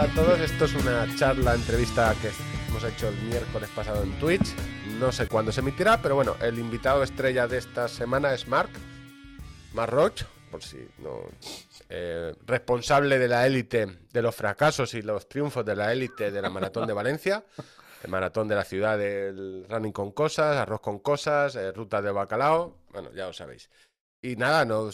Hola a todos, esto es una entrevista que hemos hecho el miércoles pasado en Twitch. No sé cuándo se emitirá, pero bueno, el invitado estrella de esta semana es Marc Roig, por si no... responsable de la élite, de los fracasos y los triunfos de la élite de la Maratón de Valencia, el maratón de la ciudad del running con cosas, arroz con cosas, ruta de bacalao, bueno, ya lo sabéis. Y nada, no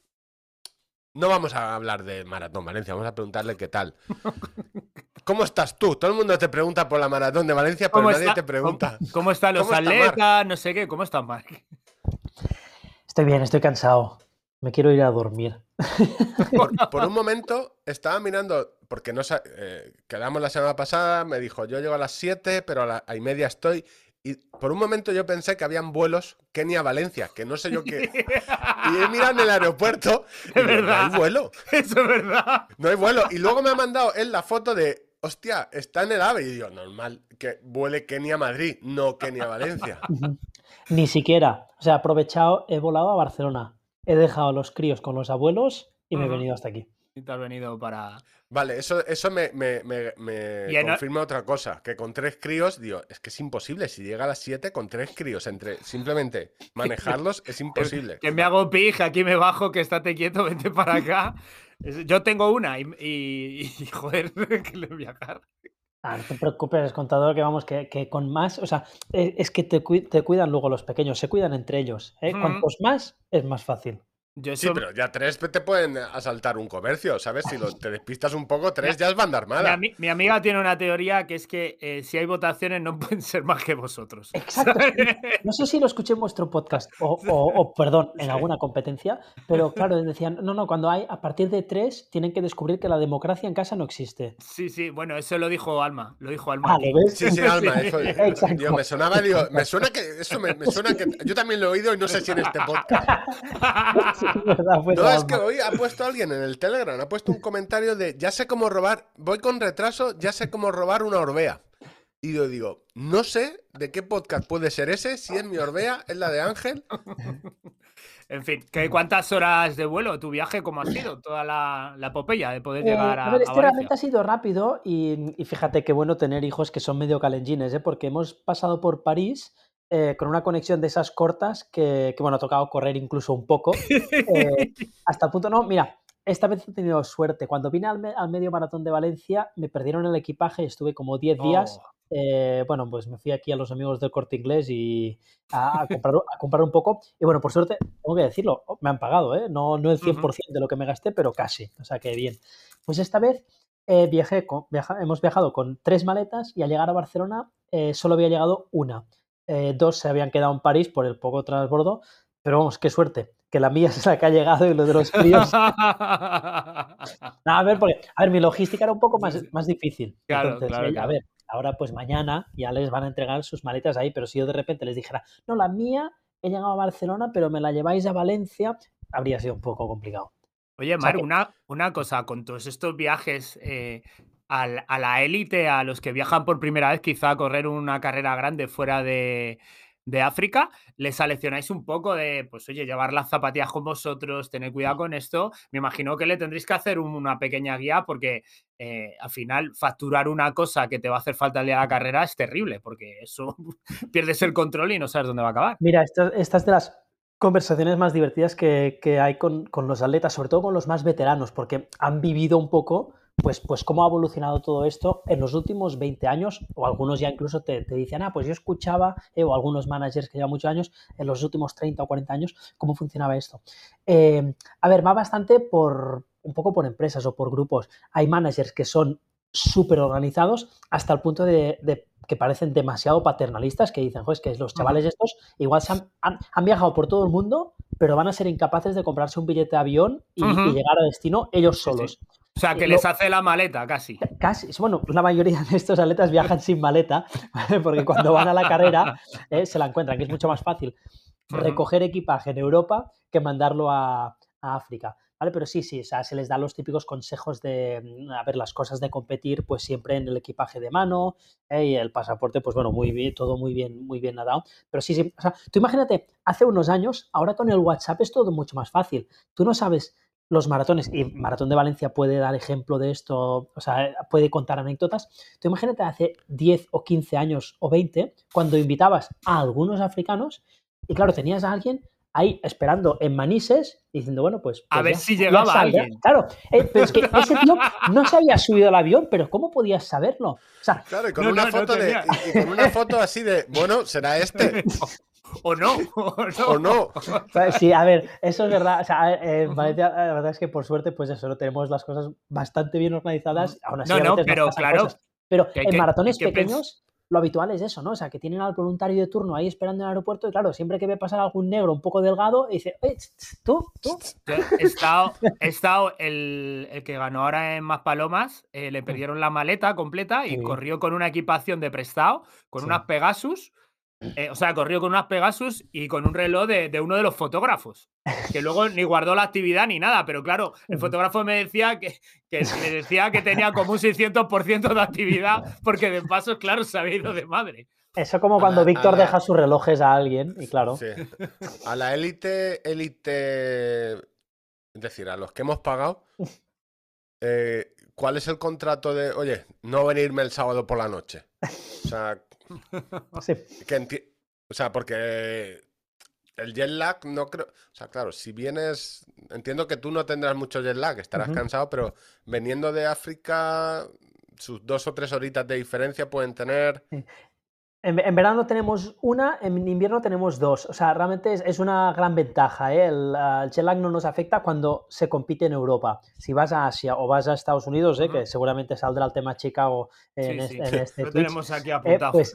vamos a hablar de Maratón Valencia, vamos a preguntarle qué tal. ¿Cómo estás tú? Todo el mundo te pregunta por la Maratón de Valencia, pero nadie te pregunta. ¿Cómo están los atletas? No sé qué. ¿Cómo estás, Marc? Estoy bien, estoy cansado. Me quiero ir a dormir. Por un momento estaba mirando, porque quedamos la semana pasada, me dijo, yo llego a las 7, pero a y media estoy. Y por un momento yo pensé que habían vuelos Kenia-Valencia, que no sé yo qué. Y he mirado en el aeropuerto y digo, no hay vuelo. Eso es verdad. No hay vuelo. Y luego me ha mandado él la foto de, hostia, está en el AVE. Y digo, normal que vuele Kenia-Madrid, no Kenia-Valencia. Ni siquiera. O sea, he aprovechado, he volado a Barcelona. He dejado a los críos con los abuelos y me he venido hasta aquí. Y te has venido para... Vale, eso me confirma otra cosa, que con 3 críos, digo, es que es imposible, si llega a las 7 con 3 críos, simplemente manejarlos es imposible. Que me hago pija, aquí me bajo, que estate quieto, vente para acá. Yo tengo una y joder, que le viajar. No te preocupes, contador, que vamos, que con más, o sea, es que te cuidan luego los pequeños, se cuidan entre ellos. Cuantos más, es más fácil. Sí, pero ya 3 te pueden asaltar un comercio, ¿sabes? Si te despistas un poco, 3 ya es banda armada. Mi amiga tiene una teoría que es que si hay votaciones no pueden ser más que vosotros. Exacto. No sé si lo escuché en vuestro podcast o perdón, en alguna competencia, pero claro, decían, no, cuando hay a partir de 3 tienen que descubrir que la democracia en casa no existe. Sí, bueno, eso lo dijo Alma. ¿lo ¿lo ves? Sí, Alma, eso. Digo, me sonaba, me suena que yo también lo he oído y no sé si en este podcast. Sí, verdad, no, es que hoy ha puesto alguien en el Telegram, ha puesto un comentario de, ya sé cómo robar, voy con retraso, ya sé cómo robar una Orbea. Y yo digo, no sé de qué podcast puede ser ese, si es mi Orbea, es la de Ángel. En fin, ¿cuántas horas de vuelo? ¿Tu viaje cómo ha sido? Toda la epopeya de poder llegar a Valencia. Valencia. Ha sido rápido y fíjate qué bueno tener hijos que son medio calentines, porque hemos pasado por París con una conexión de esas cortas que bueno, ha tocado correr incluso un poco. Hasta el punto, no, mira, esta vez he tenido suerte. Cuando vine al medio maratón de Valencia, me perdieron el equipaje y estuve como 10 días. Bueno, pues me fui aquí a los amigos del Corte Inglés y a comprar un poco. Y bueno, por suerte, tengo que decirlo, me han pagado, no el 100% de lo que me gasté, pero casi. O sea que bien. Pues esta vez hemos viajado con 3 maletas y al llegar a Barcelona solo había llegado una. 2 se habían quedado en París por el poco transbordo, pero vamos, qué suerte, que la mía es la que ha llegado y lo de los críos. A ver, mi logística era un poco más difícil. Claro, entonces, claro. A ver, ahora pues mañana ya les van a entregar sus maletas ahí, pero si yo de repente les dijera, no, la mía he llegado a Barcelona, pero me la lleváis a Valencia, habría sido un poco complicado. Oye, Marc, una cosa, con todos estos viajes a la élite, a los que viajan por primera vez quizá a correr una carrera grande fuera de África, les aleccionáis un poco de, pues oye, llevar las zapatillas con vosotros, tener cuidado con esto. Me imagino que le tendréis que hacer una pequeña guía porque al final facturar una cosa que te va a hacer falta el día de la carrera es terrible porque eso pierdes el control y no sabes dónde va a acabar. Mira, estas de las conversaciones más divertidas que hay con los atletas, sobre todo con los más veteranos, porque han vivido un poco pues cómo ha evolucionado todo esto en los últimos 20 años, o algunos ya incluso te dicen, pues yo escuchaba, o algunos managers que llevan muchos años, en los últimos 30 o 40 años, cómo funcionaba esto. A ver, va bastante un poco por empresas o por grupos. Hay managers que son súper organizados hasta el punto de que parecen demasiado paternalistas, que dicen, pues que los chavales estos igual han viajado por todo el mundo, pero van a ser incapaces de comprarse un billete de avión y llegar a destino ellos solos. Sí. O sea, que les hace la maleta casi. Casi. Bueno, pues la mayoría de estos atletas viajan sin maleta, ¿vale? Porque cuando van a la carrera se la encuentran, que es mucho más fácil recoger equipaje en Europa que mandarlo a África. ¿Vale? Pero sí, o sea, se les da los típicos consejos de, a ver, las cosas de competir, pues siempre en el equipaje de mano, y el pasaporte, pues bueno, muy bien, todo muy bien nadado. Pero sí, o sea, tú imagínate, hace unos años, ahora con el WhatsApp es todo mucho más fácil. Tú no sabes los maratones, y Maratón de Valencia puede dar ejemplo de esto, o sea, puede contar anécdotas. Tú imagínate hace 10 o 15 años o 20, cuando invitabas a algunos africanos y claro, tenías a alguien ahí esperando en Manises diciendo, bueno, pues A ver ya, si ya llegaba saldrá. alguien. Claro, pero es que ese tío no se había subido al avión, pero ¿cómo podías saberlo? O sea, Claro, y con No, una no, no foto tenía. y con una foto así de, bueno, será este O no, o no. o no. sí, a ver, eso es verdad. O sea, en Valencia, la verdad es que por suerte, pues eso, tenemos las cosas bastante bien organizadas. Aún así, No, a no, veces nos pero pasan claro, cosas. Pero que hay en que, hay maratones que pequeños, lo habitual es eso, ¿no? O sea, que tienen al voluntario de turno ahí esperando en el aeropuerto y claro, siempre que ve pasar algún negro un poco delgado, dice, tú. He estado el que ganó ahora en Maspalomas, le perdieron la maleta completa Qué y bien. corrió con una equipación de prestado, con Sí. unas Pegasus. O sea, corrió con unas Pegasus y con un reloj de uno de los fotógrafos, que luego ni guardó la actividad ni nada, pero claro, el fotógrafo me decía que le decía que tenía como un 600% de actividad, porque de paso, claro, se había ido de madre. Eso como A cuando la- a Víctor la- deja sus relojes a alguien y claro. Sí. A la élite, es decir, a los que hemos pagado, ¿cuál es el contrato de, oye, no venirme el sábado por la noche? O sea, Sí. o sea, porque el jet lag no creo, o sea, claro, si vienes, entiendo que tú no tendrás mucho jet lag, estarás cansado, pero veniendo de África, sus 2 o 3 horitas de diferencia pueden tener. En verano tenemos una, en invierno tenemos dos. O sea, realmente es una gran ventaja, ¿eh? El jet lag no nos afecta cuando se compite en Europa. Si vas a Asia o vas a Estados Unidos, que seguramente saldrá el tema Chicago en Sí, en este lo Twitch, tenemos aquí apuntado. pues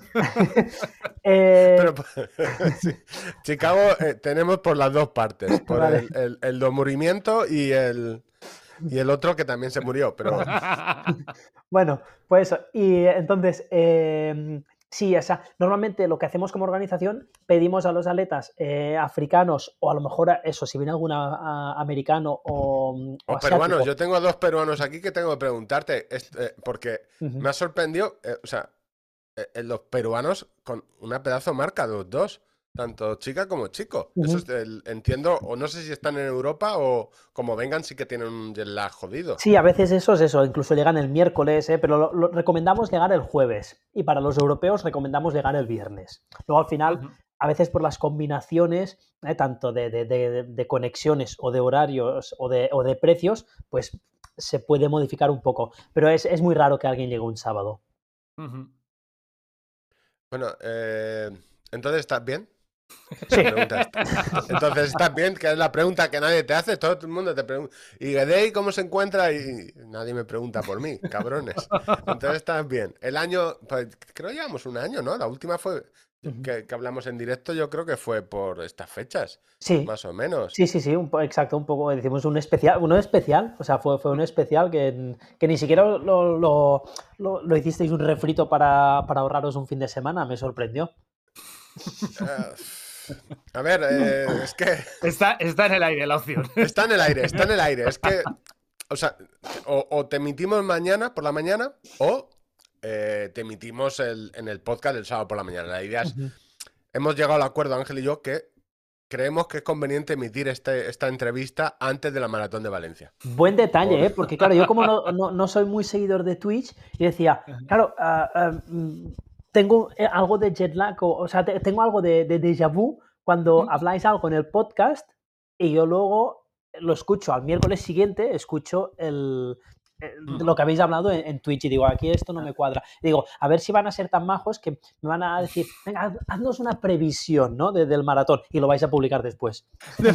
Pero sí, Chicago tenemos por las dos partes, por Vale. el desmurimiento y el otro que también se murió, pero Bueno, pues eso. Y entonces, sí, o sea, normalmente lo que hacemos como organización, pedimos a los atletas africanos o a lo mejor eso, si viene algún americano o o asiático. peruanos. Yo tengo 2 peruanos aquí que tengo que preguntarte, porque me ha sorprendido, o sea, los peruanos con una pedazo marca, los dos, tanto chica como chico. Eso entiendo, o no sé si están en Europa o como vengan sí que tienen un jet lag jodido. Sí, a veces eso es eso, incluso llegan el miércoles, pero lo recomendamos llegar el jueves y para los europeos recomendamos llegar el viernes. Luego al final, a veces por las combinaciones, tanto de conexiones o de horarios o de precios, pues se puede modificar un poco, pero es muy raro que alguien llegue un sábado. Bueno, entonces, ¿estás bien? Sí. Entonces, ¿estás bien? Que es la pregunta que nadie te hace, todo el mundo te pregunta. ¿Y Gedei cómo se encuentra? Y nadie me pregunta por mí, cabrones. Entonces, ¿estás bien? El año, pues, creo que llevamos un año, ¿no? La última fue que hablamos en directo, yo creo que fue por estas fechas, Sí. más o menos. Sí, exacto, un poco, decimos uno especial, o sea, fue un especial que ni siquiera lo hicisteis un refrito para ahorraros un fin de semana, me sorprendió. A ver, es que Está en el aire la opción. está en el aire. Es que, o sea, o te emitimos mañana por la mañana o te emitimos en el podcast del sábado por la mañana. La idea es, hemos llegado al acuerdo, Ángel y yo, que creemos que es conveniente emitir esta entrevista antes de la Maratón de Valencia. Buen detalle, porque claro, yo como no soy muy seguidor de Twitch, y decía, claro, tengo algo de jet lag, o sea, tengo algo de déjà vu cuando habláis algo en el podcast y yo luego lo escucho al miércoles siguiente, escucho lo que habéis hablado en Twitch y digo, aquí esto no me cuadra. Y digo, a ver si van a ser tan majos que me van a decir, venga, haznos una previsión, ¿no? del maratón y lo vais a publicar después.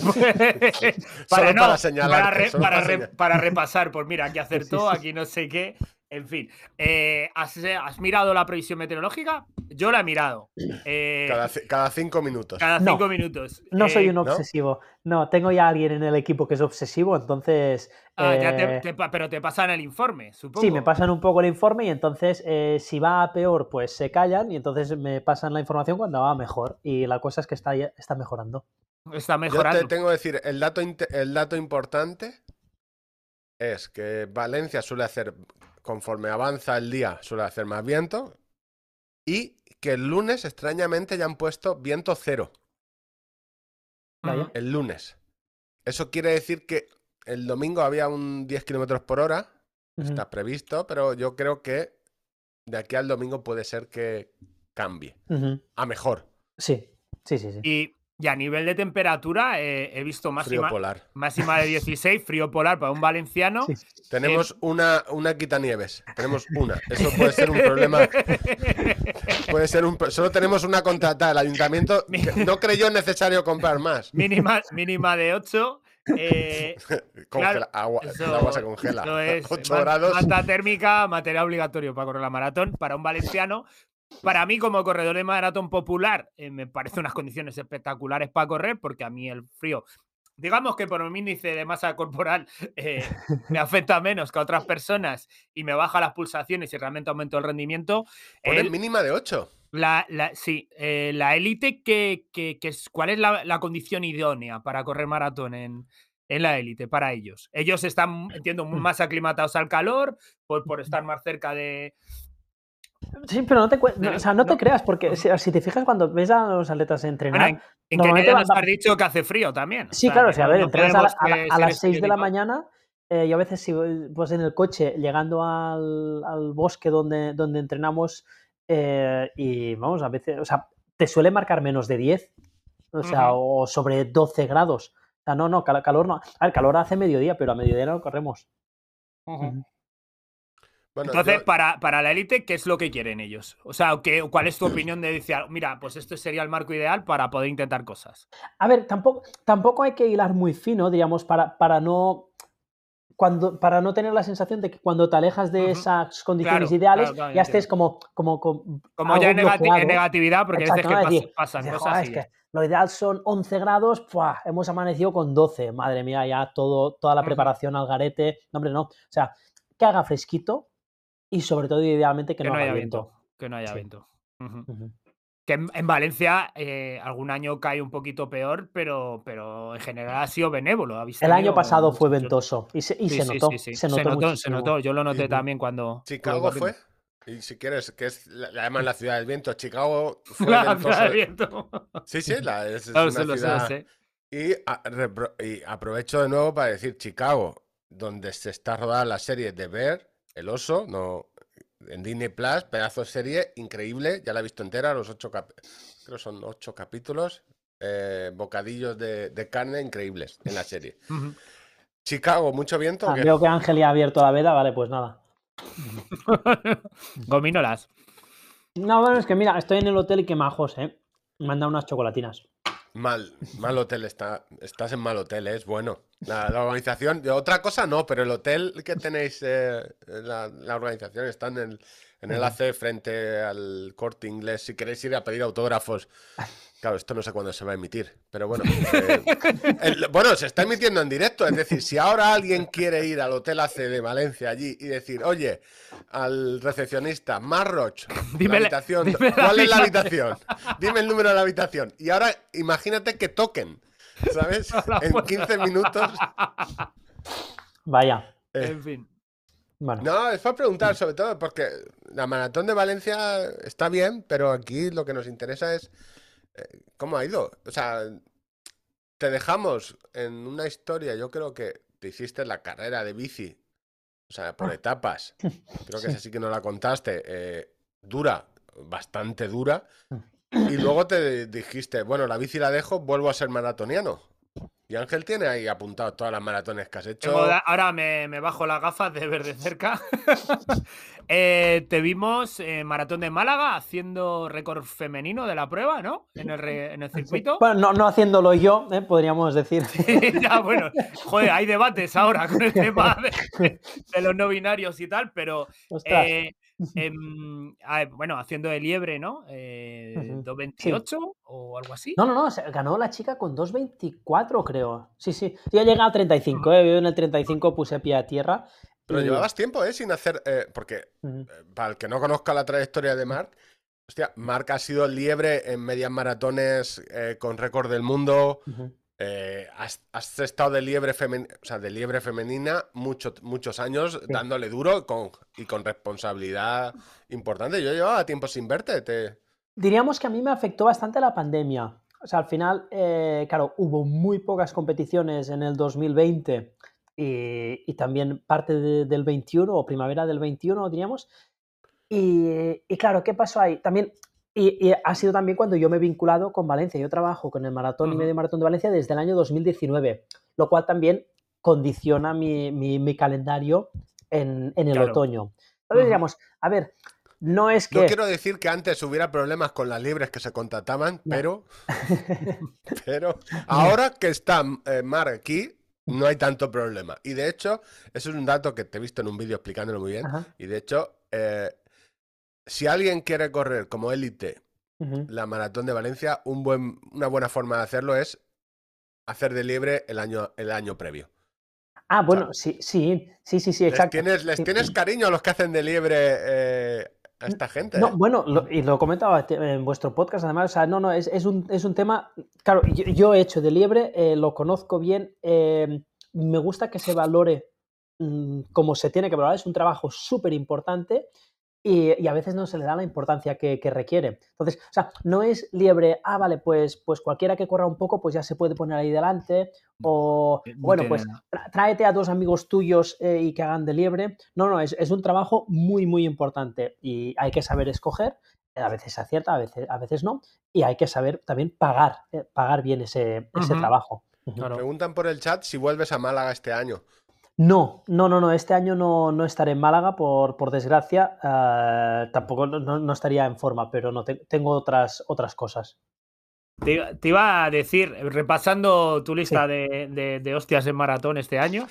Para señalarte. Para repasar, pues mira, aquí acertó, aquí no sé qué. En fin, ¿has mirado la previsión meteorológica? Yo la he mirado. Cada 5 minutos. Cada 5 minutos. No soy un obsesivo. No, tengo ya alguien en el equipo que es obsesivo, entonces... pero te pasan el informe, supongo. Sí, me pasan un poco el informe y entonces si va a peor, pues se callan y entonces me pasan la información cuando va mejor. Y la cosa es que está mejorando. Está mejorando. Yo te tengo que decir, el dato importante es que Valencia suele hacer, conforme avanza el día, suele hacer más viento y que el lunes, extrañamente, ya han puesto viento cero. Vaya. El lunes. Eso quiere decir que el domingo había un 10 kilómetros por hora, está previsto, pero yo creo que de aquí al domingo puede ser que cambie a mejor. Sí. Y a nivel de temperatura, he visto Frío polar. máxima de 16, frío polar para un valenciano. Sí. Tenemos una quitanieves. Tenemos una. Eso puede ser un problema. Solo tenemos una contratada. El ayuntamiento no creyó necesario comprar más. Mínima de 8. Claro, el agua se congela. Eso es 8 grados. manta térmica, material obligatorio para correr la maratón. Para un valenciano, para mí como corredor de maratón popular, me parece unas condiciones espectaculares para correr, porque a mí el frío, digamos que por mi índice de masa corporal me afecta menos que a otras personas y me baja las pulsaciones y realmente aumento el rendimiento. Ponen mínima de 8. Sí, la élite, ¿cuál es la condición idónea para correr maratón en la élite para ellos? Ellos están, entiendo, más aclimatados al calor por estar más cerca de... Sí, pero no te creas, porque si te fijas cuando ves a los atletas entrenar... Bueno, en Kenia nos has dicho que hace frío también. Sí, claro, a ver, entrenas a las 6 de la mañana. Yo a veces, si pues en el coche, llegando al bosque donde entrenamos, y vamos, a veces, o sea, te suele marcar menos de 10, o sea, o sobre 12 grados. O sea, no, calor no. A ver, calor hace mediodía, pero a mediodía no corremos. Bueno, entonces, para la élite, ¿qué es lo que quieren ellos? O sea, ¿cuál es tu opinión de decir, mira, pues esto sería el marco ideal para poder intentar cosas? A ver, tampoco hay que hilar muy fino, digamos, para no tener la sensación de que cuando te alejas de esas condiciones ideales, ya estés como ya en negatividad, porque a veces que pasan cosas. Es que lo ideal son 11 grados, hemos amanecido con 12, madre mía, ya toda la preparación al garete. No, hombre, no. O sea, que haga fresquito y sobre todo, idealmente, que no haya viento. Que no haya viento. Que en Valencia algún año cae un poquito peor, pero en general ha sido benévolo. El año pasado fue ventoso y se notó. Sí. Se notó. Yo lo noté también cuando... Chicago fue, y si quieres, que es además la ciudad del viento, Chicago fue la ventoso. Ciudad del viento. Sí, es una ciudad. Y aprovecho de nuevo para decir Chicago, donde se está rodando la serie de Bear, el oso, en Disney Plus, pedazo de serie increíble, ya la he visto entera, creo son 8 capítulos, bocadillos de carne increíbles en la serie. Chicago, mucho viento. Veo que Ángel ya ha abierto la veda, vale, pues nada. Gomínolas. No, bueno, es que mira, estoy en el hotel y qué majos, me han dado unas chocolatinas. Mal hotel, estás en mal hotel, es bueno. La organización, otra cosa no, pero el hotel que tenéis, la organización está en el AC frente al Corte Inglés. Si queréis ir a pedir autógrafos, claro, esto no sé cuándo se va a emitir, pero bueno. Bueno, se está emitiendo en directo, es decir, si ahora alguien quiere ir al Hotel AC de Valencia allí y decir, oye, al recepcionista, Marroch, habitación, ¿cuál es la habitación? Dime el número de la habitación. Y ahora imagínate que toquen, ¿sabes? En 15 minutos. Vaya. En fin. Bueno. No, es para preguntar, sobre todo, porque la maratón de Valencia está bien, pero aquí lo que nos interesa es cómo ha ido. O sea, te dejamos en una historia, yo creo que te hiciste la carrera de bici, o sea, por etapas. Creo que esa sí que no la contaste. Dura, bastante dura. Y luego te dijiste, bueno, la bici la dejo, vuelvo a ser maratoniano. Y Ángel tiene ahí apuntado todas las maratones que has hecho. Ahora me bajo las gafas de ver de cerca. Te vimos en Maratón de Málaga haciendo récord femenino de la prueba, ¿no? En el circuito. Bueno, no haciéndolo yo, ver decir. Ya, bueno, joder, hay debates ahora con el tema de los no binarios y tal, pero bueno, haciendo de liebre, ¿no? 2.28 o algo así. No, ganó la chica con 2.24, creo. Sí. Yo llegué a 35, yo en el 35 puse pie a tierra. Pero llevabas tiempo, sin hacer... porque, para el que no conozca la trayectoria de Marc, hostia, Marc ha sido liebre en medias maratones con récord del mundo. Has estado de liebre femenina muchos años, dándole duro y con responsabilidad importante. Yo llevaba tiempo sin verte. Diríamos que a mí me afectó bastante la pandemia. O sea, al final, claro, hubo muy pocas competiciones en el 2020 y también parte del 21 o primavera del 21, diríamos. Y claro, ¿qué pasó ahí? También, y ha sido también cuando yo me he vinculado con Valencia. Yo trabajo con el maratón y medio maratón de Valencia desde el año 2019, lo cual también condiciona mi calendario en el Claro. otoño. Entonces, digamos, a ver, no es que... No quiero decir que antes hubiera problemas con las libres que se contrataban, No. pero ahora que está Mar aquí, no hay tanto problema. Y de hecho, eso es un dato que te he visto en un vídeo explicándolo muy bien. Ajá. Y de hecho, si alguien quiere correr como élite Ujú. la maratón de Valencia, una buena forma de hacerlo es hacer de liebre el año previo. Ah, O sea, bueno, sí, exacto. ¿Les tienes cariño a los que hacen de liebre a esta gente? No, bueno, y lo comentaba en vuestro podcast, además, o sea, no, es un tema, claro, yo he hecho de liebre, lo conozco bien, me gusta que se valore como se tiene que valorar, es un trabajo súper importante y a veces no se le da la importancia que requiere. Entonces, o sea, no es liebre, vale, pues cualquiera que corra un poco, pues ya se puede poner ahí delante, o No bueno, tiene pues nada. tráete a 2 amigos tuyos y que hagan de liebre. No, es un trabajo muy, muy importante y hay que saber escoger. A veces se acierta, a veces no, y hay que saber también pagar bien ese trabajo. Claro. Preguntan por el chat si vuelves a Málaga este año. No, este año no estaré en Málaga, por desgracia. Tampoco no estaría en forma, pero no, tengo otras cosas. Te iba a decir, repasando tu lista Sí. de hostias en maratón este año.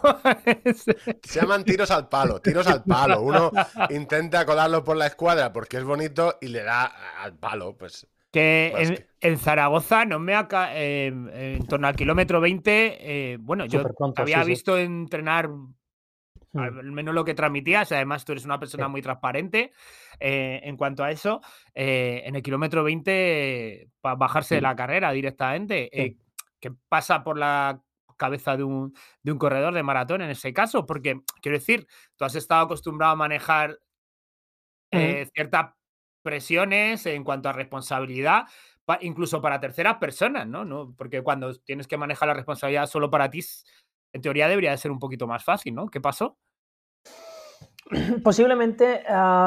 Se llaman tiros al palo, tiros al palo. Uno intenta colarlo por la escuadra porque es bonito y le da al palo, pues. Que en Zaragoza no me en torno al kilómetro 20, bueno, yo Súper pronto, te había sí. visto entrenar al menos lo que transmitías, además tú eres una persona Sí. muy transparente en cuanto a eso, en el kilómetro 20 para bajarse de la carrera directamente. Sí. ¿Qué pasa por la cabeza de un corredor de maratón en ese caso? Porque, quiero decir, tú has estado acostumbrado a manejar ciertas presiones en cuanto a responsabilidad, incluso para terceras personas, ¿no? Porque cuando tienes que manejar la responsabilidad solo para ti, en teoría debería de ser un poquito más fácil, ¿no? ¿Qué pasó? Posiblemente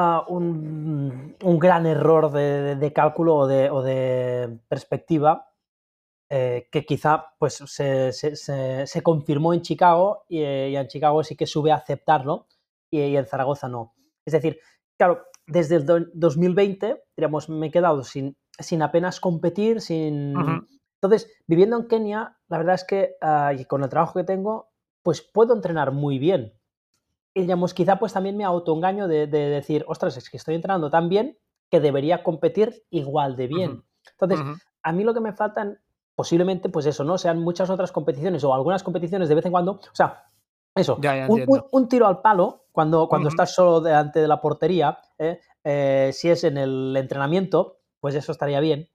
un gran error de cálculo o de perspectiva, que quizá pues, se confirmó en Chicago y en Chicago sí que sube a aceptarlo y en Zaragoza no. Es decir, claro, desde el 2020, digamos, me he quedado sin apenas competir, Entonces, viviendo en Kenia, la verdad es que y con el trabajo que tengo, pues puedo entrenar muy bien. Y digamos, quizá pues también me autoengaño de decir, ostras, es que estoy entrenando tan bien que debería competir igual de bien. Entonces, a mí lo que me faltan, posiblemente, pues eso, ¿no? Sean muchas otras competiciones o algunas competiciones de vez en cuando. O sea, eso, Ya entiendo. un tiro al palo cuando estás solo delante de la portería, si es en el entrenamiento, pues eso estaría bien.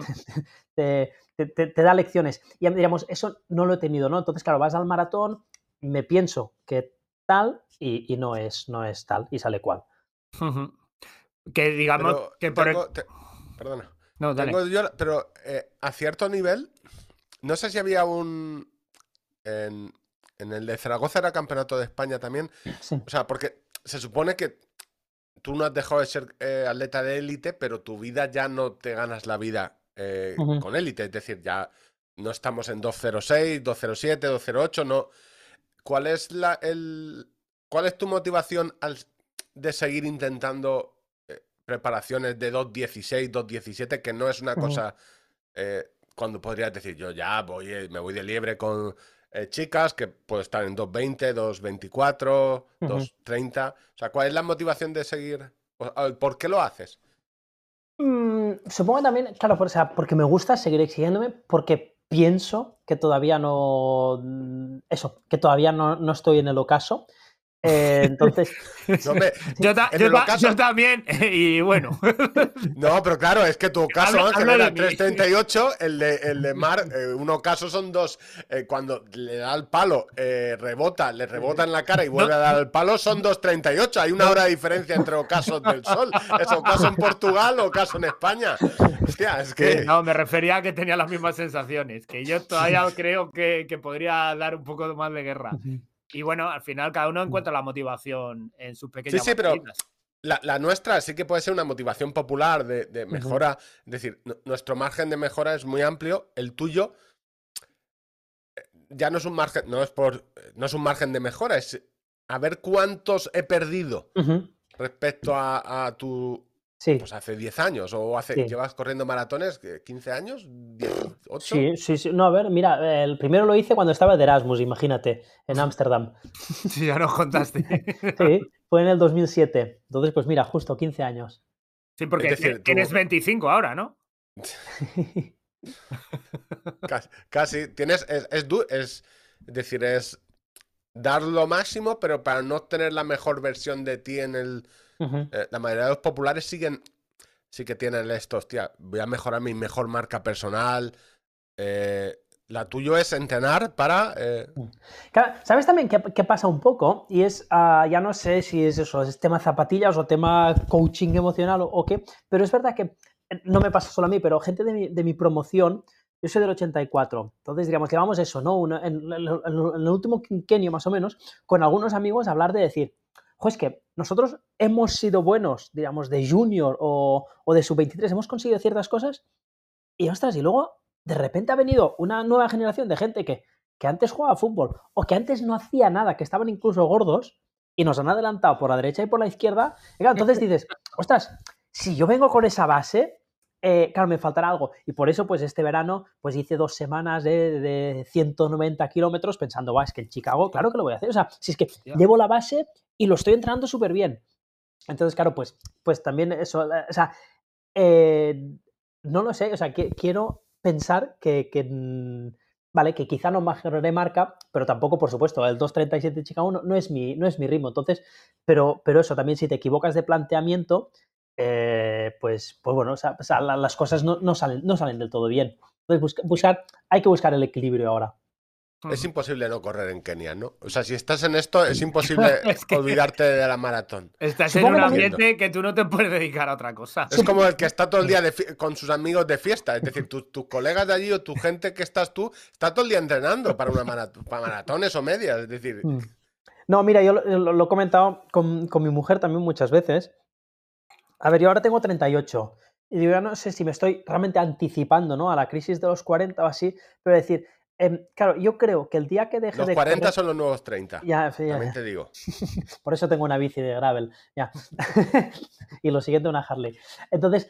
Te da lecciones. Y digamos, eso no lo he tenido, ¿no? Entonces, claro, vas al maratón, me pienso que tal y no es tal y sale cual. Que digamos Pero que por perdona. No, dale. Pero a cierto nivel, no sé si había en el de Zaragoza era campeonato de España también. Sí. O sea, porque se supone que tú no has dejado de ser atleta de élite, pero tu vida ya no te ganas la vida con élite. Es decir, ya no estamos en 206, 207, 208, no. ¿Cuál es tu motivación de seguir intentando preparaciones de 216, 217, que no es una cosa cuando podrías decir yo ya me voy de liebre con chicas que puedo estar en 220, 224, 230? O sea, ¿cuál es la motivación de seguir? ¿Por qué lo haces? Supongo también, claro, porque me gusta seguir exigiéndome, porque pienso que todavía que todavía no estoy en el ocaso. Entonces, No, yo también, y bueno. No, pero claro, es que tu ocaso, Ángel, hablo era de mí. 338, el de Mar, un ocaso son dos. Cuando le da el palo, le rebota en la cara y vuelve a dar el palo, son 238. Hay una hora de diferencia entre ocasos del sol. ¿Es ocaso en Portugal o ocaso en España? Hostia, es que... No, me refería a que tenía las mismas sensaciones, que yo todavía creo que podría dar un poco más de guerra. Y bueno, al final cada uno encuentra la motivación en sus pequeñas Sí, pero batallitas. la nuestra sí que puede ser una motivación popular de mejora. Es decir, nuestro margen de mejora es muy amplio. El tuyo ya no es un margen, no es un margen de mejora, es a ver cuántos he perdido respecto a tu... Sí. Pues hace 10 años, o llevas corriendo maratones, 15 años, 18. Sí. No, a ver, mira, el primero lo hice cuando estaba de Erasmus, imagínate, en Ámsterdam. Sí, ya nos contaste. Sí, fue en el 2007. Entonces, pues mira, justo 15 años. Sí, porque tienes 25 ahora, ¿no? Casi. Tienes, es decir, es dar lo máximo, pero para no tener la mejor versión de ti en el... la mayoría de los populares sí que tienen esto, hostia, voy a mejorar mi mejor marca personal. La tuya es entrenar para... Claro, ¿sabes también qué pasa un poco? Y es, ya no sé si es eso, es tema zapatillas o tema coaching emocional o qué, pero es verdad que no me pasa solo a mí, pero gente de mi promoción, yo soy del 84, entonces diríamos, llevamos eso, ¿no? En el último quinquenio más o menos, con algunos amigos hablar de decir, es que nosotros hemos sido buenos, digamos, de junior o de sub-23, hemos conseguido ciertas cosas y, ostras, y luego de repente ha venido una nueva generación de gente que antes jugaba fútbol o que antes no hacía nada, que estaban incluso gordos y nos han adelantado por la derecha y por la izquierda. Y claro, entonces dices, ostras, si yo vengo con esa base, claro, me faltará algo. Y por eso, pues este verano, pues hice 2 semanas de 190 kilómetros pensando, es que en Chicago, claro que lo voy a hacer. O sea, si es que llevo la base y lo estoy entrenando súper bien. Entonces, claro, pues también eso, o sea, no lo sé, o sea, quiero pensar vale, que quizá no mejoraré marca, pero tampoco, por supuesto, el 2.37 de Chicago no es mi ritmo. Entonces, pero eso también, si te equivocas de planteamiento, pues bueno, o sea, las cosas no salen del todo bien. Entonces, hay que buscar el equilibrio ahora. Es imposible no correr en Kenia, ¿no? O sea, si estás en esto, es imposible olvidarte de la maratón. Estás en un ambiente que tú no te puedes dedicar a otra cosa. Es como el que está todo el día con sus amigos de fiesta. Es decir, tus colegas de allí o tu gente que estás tú, está todo el día entrenando para para maratones o medias. Es decir... No, mira, yo lo he comentado con mi mujer también muchas veces. A ver, yo ahora tengo 38. Y digo, ya no sé si me estoy realmente anticipando, ¿no?, a la crisis de los 40 o así, pero decir... claro, yo creo que el día que deje los de 40 correr... son los nuevos 30. Ya. También te digo. Por eso tengo una bici de gravel. Ya. Y lo siguiente, una Harley. Entonces,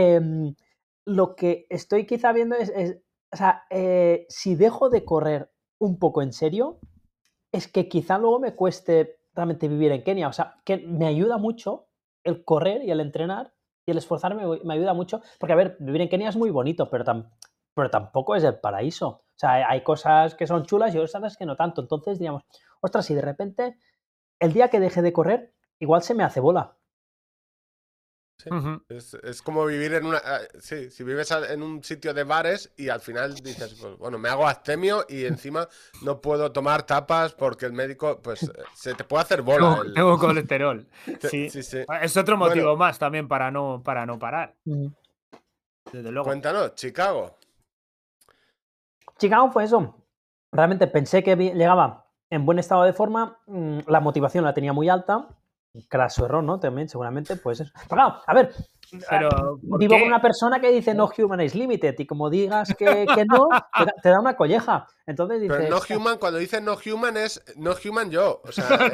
lo que estoy quizá viendo es o sea, si dejo de correr un poco en serio, es que quizá luego me cueste realmente vivir en Kenia. O sea, que me ayuda mucho el correr y el entrenar y el esforzarme me ayuda mucho. Porque, a ver, vivir en Kenia es muy bonito, pero tampoco es el paraíso. O sea, hay cosas que son chulas y otras que no tanto. Entonces, digamos, ostras, si de repente el día que deje de correr, igual se me hace bola. Sí. Es como vivir en una... Sí, si vives en un sitio de bares y al final dices, pues, bueno, me hago abstemio y encima no puedo tomar tapas porque el médico, pues, se te puede hacer bola. Tengo colesterol. Sí. Es otro motivo más también para no parar. Desde luego. Cuéntanos, Chicago. Chicago fue eso. Realmente pensé que llegaba en buen estado de forma, la motivación la tenía muy alta. Craso error, ¿no? También, seguramente, pues eso. Pero claro, a ver, vivo con una persona que dice no human is limited y como digas que no, te da una colleja. Entonces dices... Pero no human, cuando dices no human es no human yo. O sea,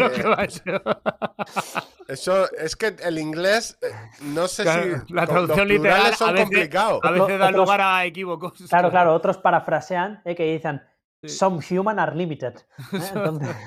eso es que el inglés, no sé si... La traducción literal son complicados. A veces da lugar a equívocos. Claro, otros parafrasean que dicen some human are limited. Entonces,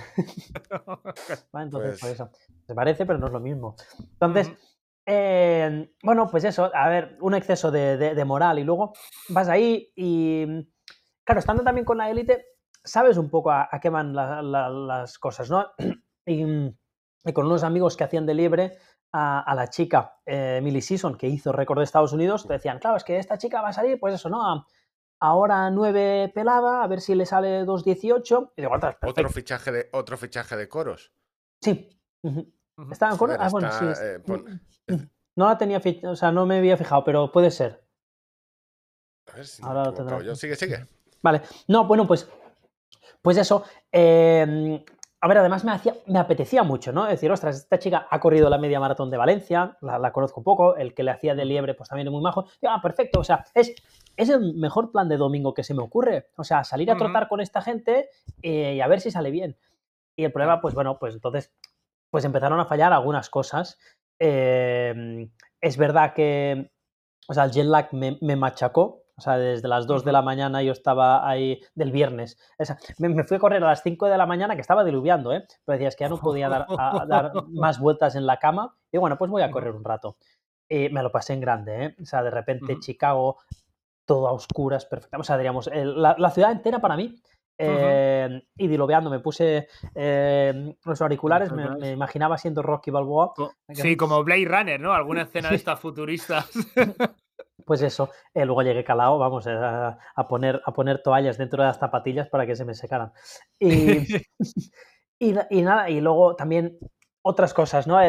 pues eso. Se parece, pero no es lo mismo. Entonces, bueno, pues eso, a ver, un exceso de moral y luego vas ahí y, claro, estando también con la élite, sabes un poco a qué van las cosas, ¿no? Y con unos amigos que hacían de liebre a la chica Millie Sisson, que hizo récord de Estados Unidos, te decían, claro, es que esta chica va a salir, pues eso, ¿no? Ahora 9 pelada, a ver si le sale 2.18. Y digo, otro fichaje de coros. Sí. ¿Estaba en coros? Bueno, sí. No la tenía o sea, no me había fijado, pero puede ser. A ver si ahora lo tendrá. Sigue. Vale. No, bueno, pues eso. A ver, además me apetecía mucho, ¿no? Es decir, ostras, esta chica ha corrido la media maratón de Valencia, la conozco un poco, el que le hacía de liebre pues también es muy majo. Digo, perfecto, o sea, es el mejor plan de domingo que se me ocurre. O sea, salir a trotar con esta gente y a ver si sale bien. Y el problema, pues bueno, pues entonces pues empezaron a fallar algunas cosas. Es verdad que, o sea, el jet lag me machacó. O sea, desde las 2 de la mañana yo estaba ahí, del viernes. O sea, me fui a correr a las 5 de la mañana, que estaba diluviando, ¿eh? Pero decías que ya no podía dar más vueltas en la cama. Y bueno, pues voy a correr un rato. Me lo pasé en grande, ¿eh? O sea, de repente Chicago, todo a oscuras, perfecto. O sea, diríamos, la ciudad entera para mí. Y diluviando, me puse los auriculares, me imaginaba siendo Rocky Balboa. Sí, como Blade Runner, ¿no? Alguna escena de estas futuristas. Pues eso, luego llegué calado, vamos, a poner toallas dentro de las zapatillas para que se me secaran. Y nada, y luego también otras cosas, ¿no?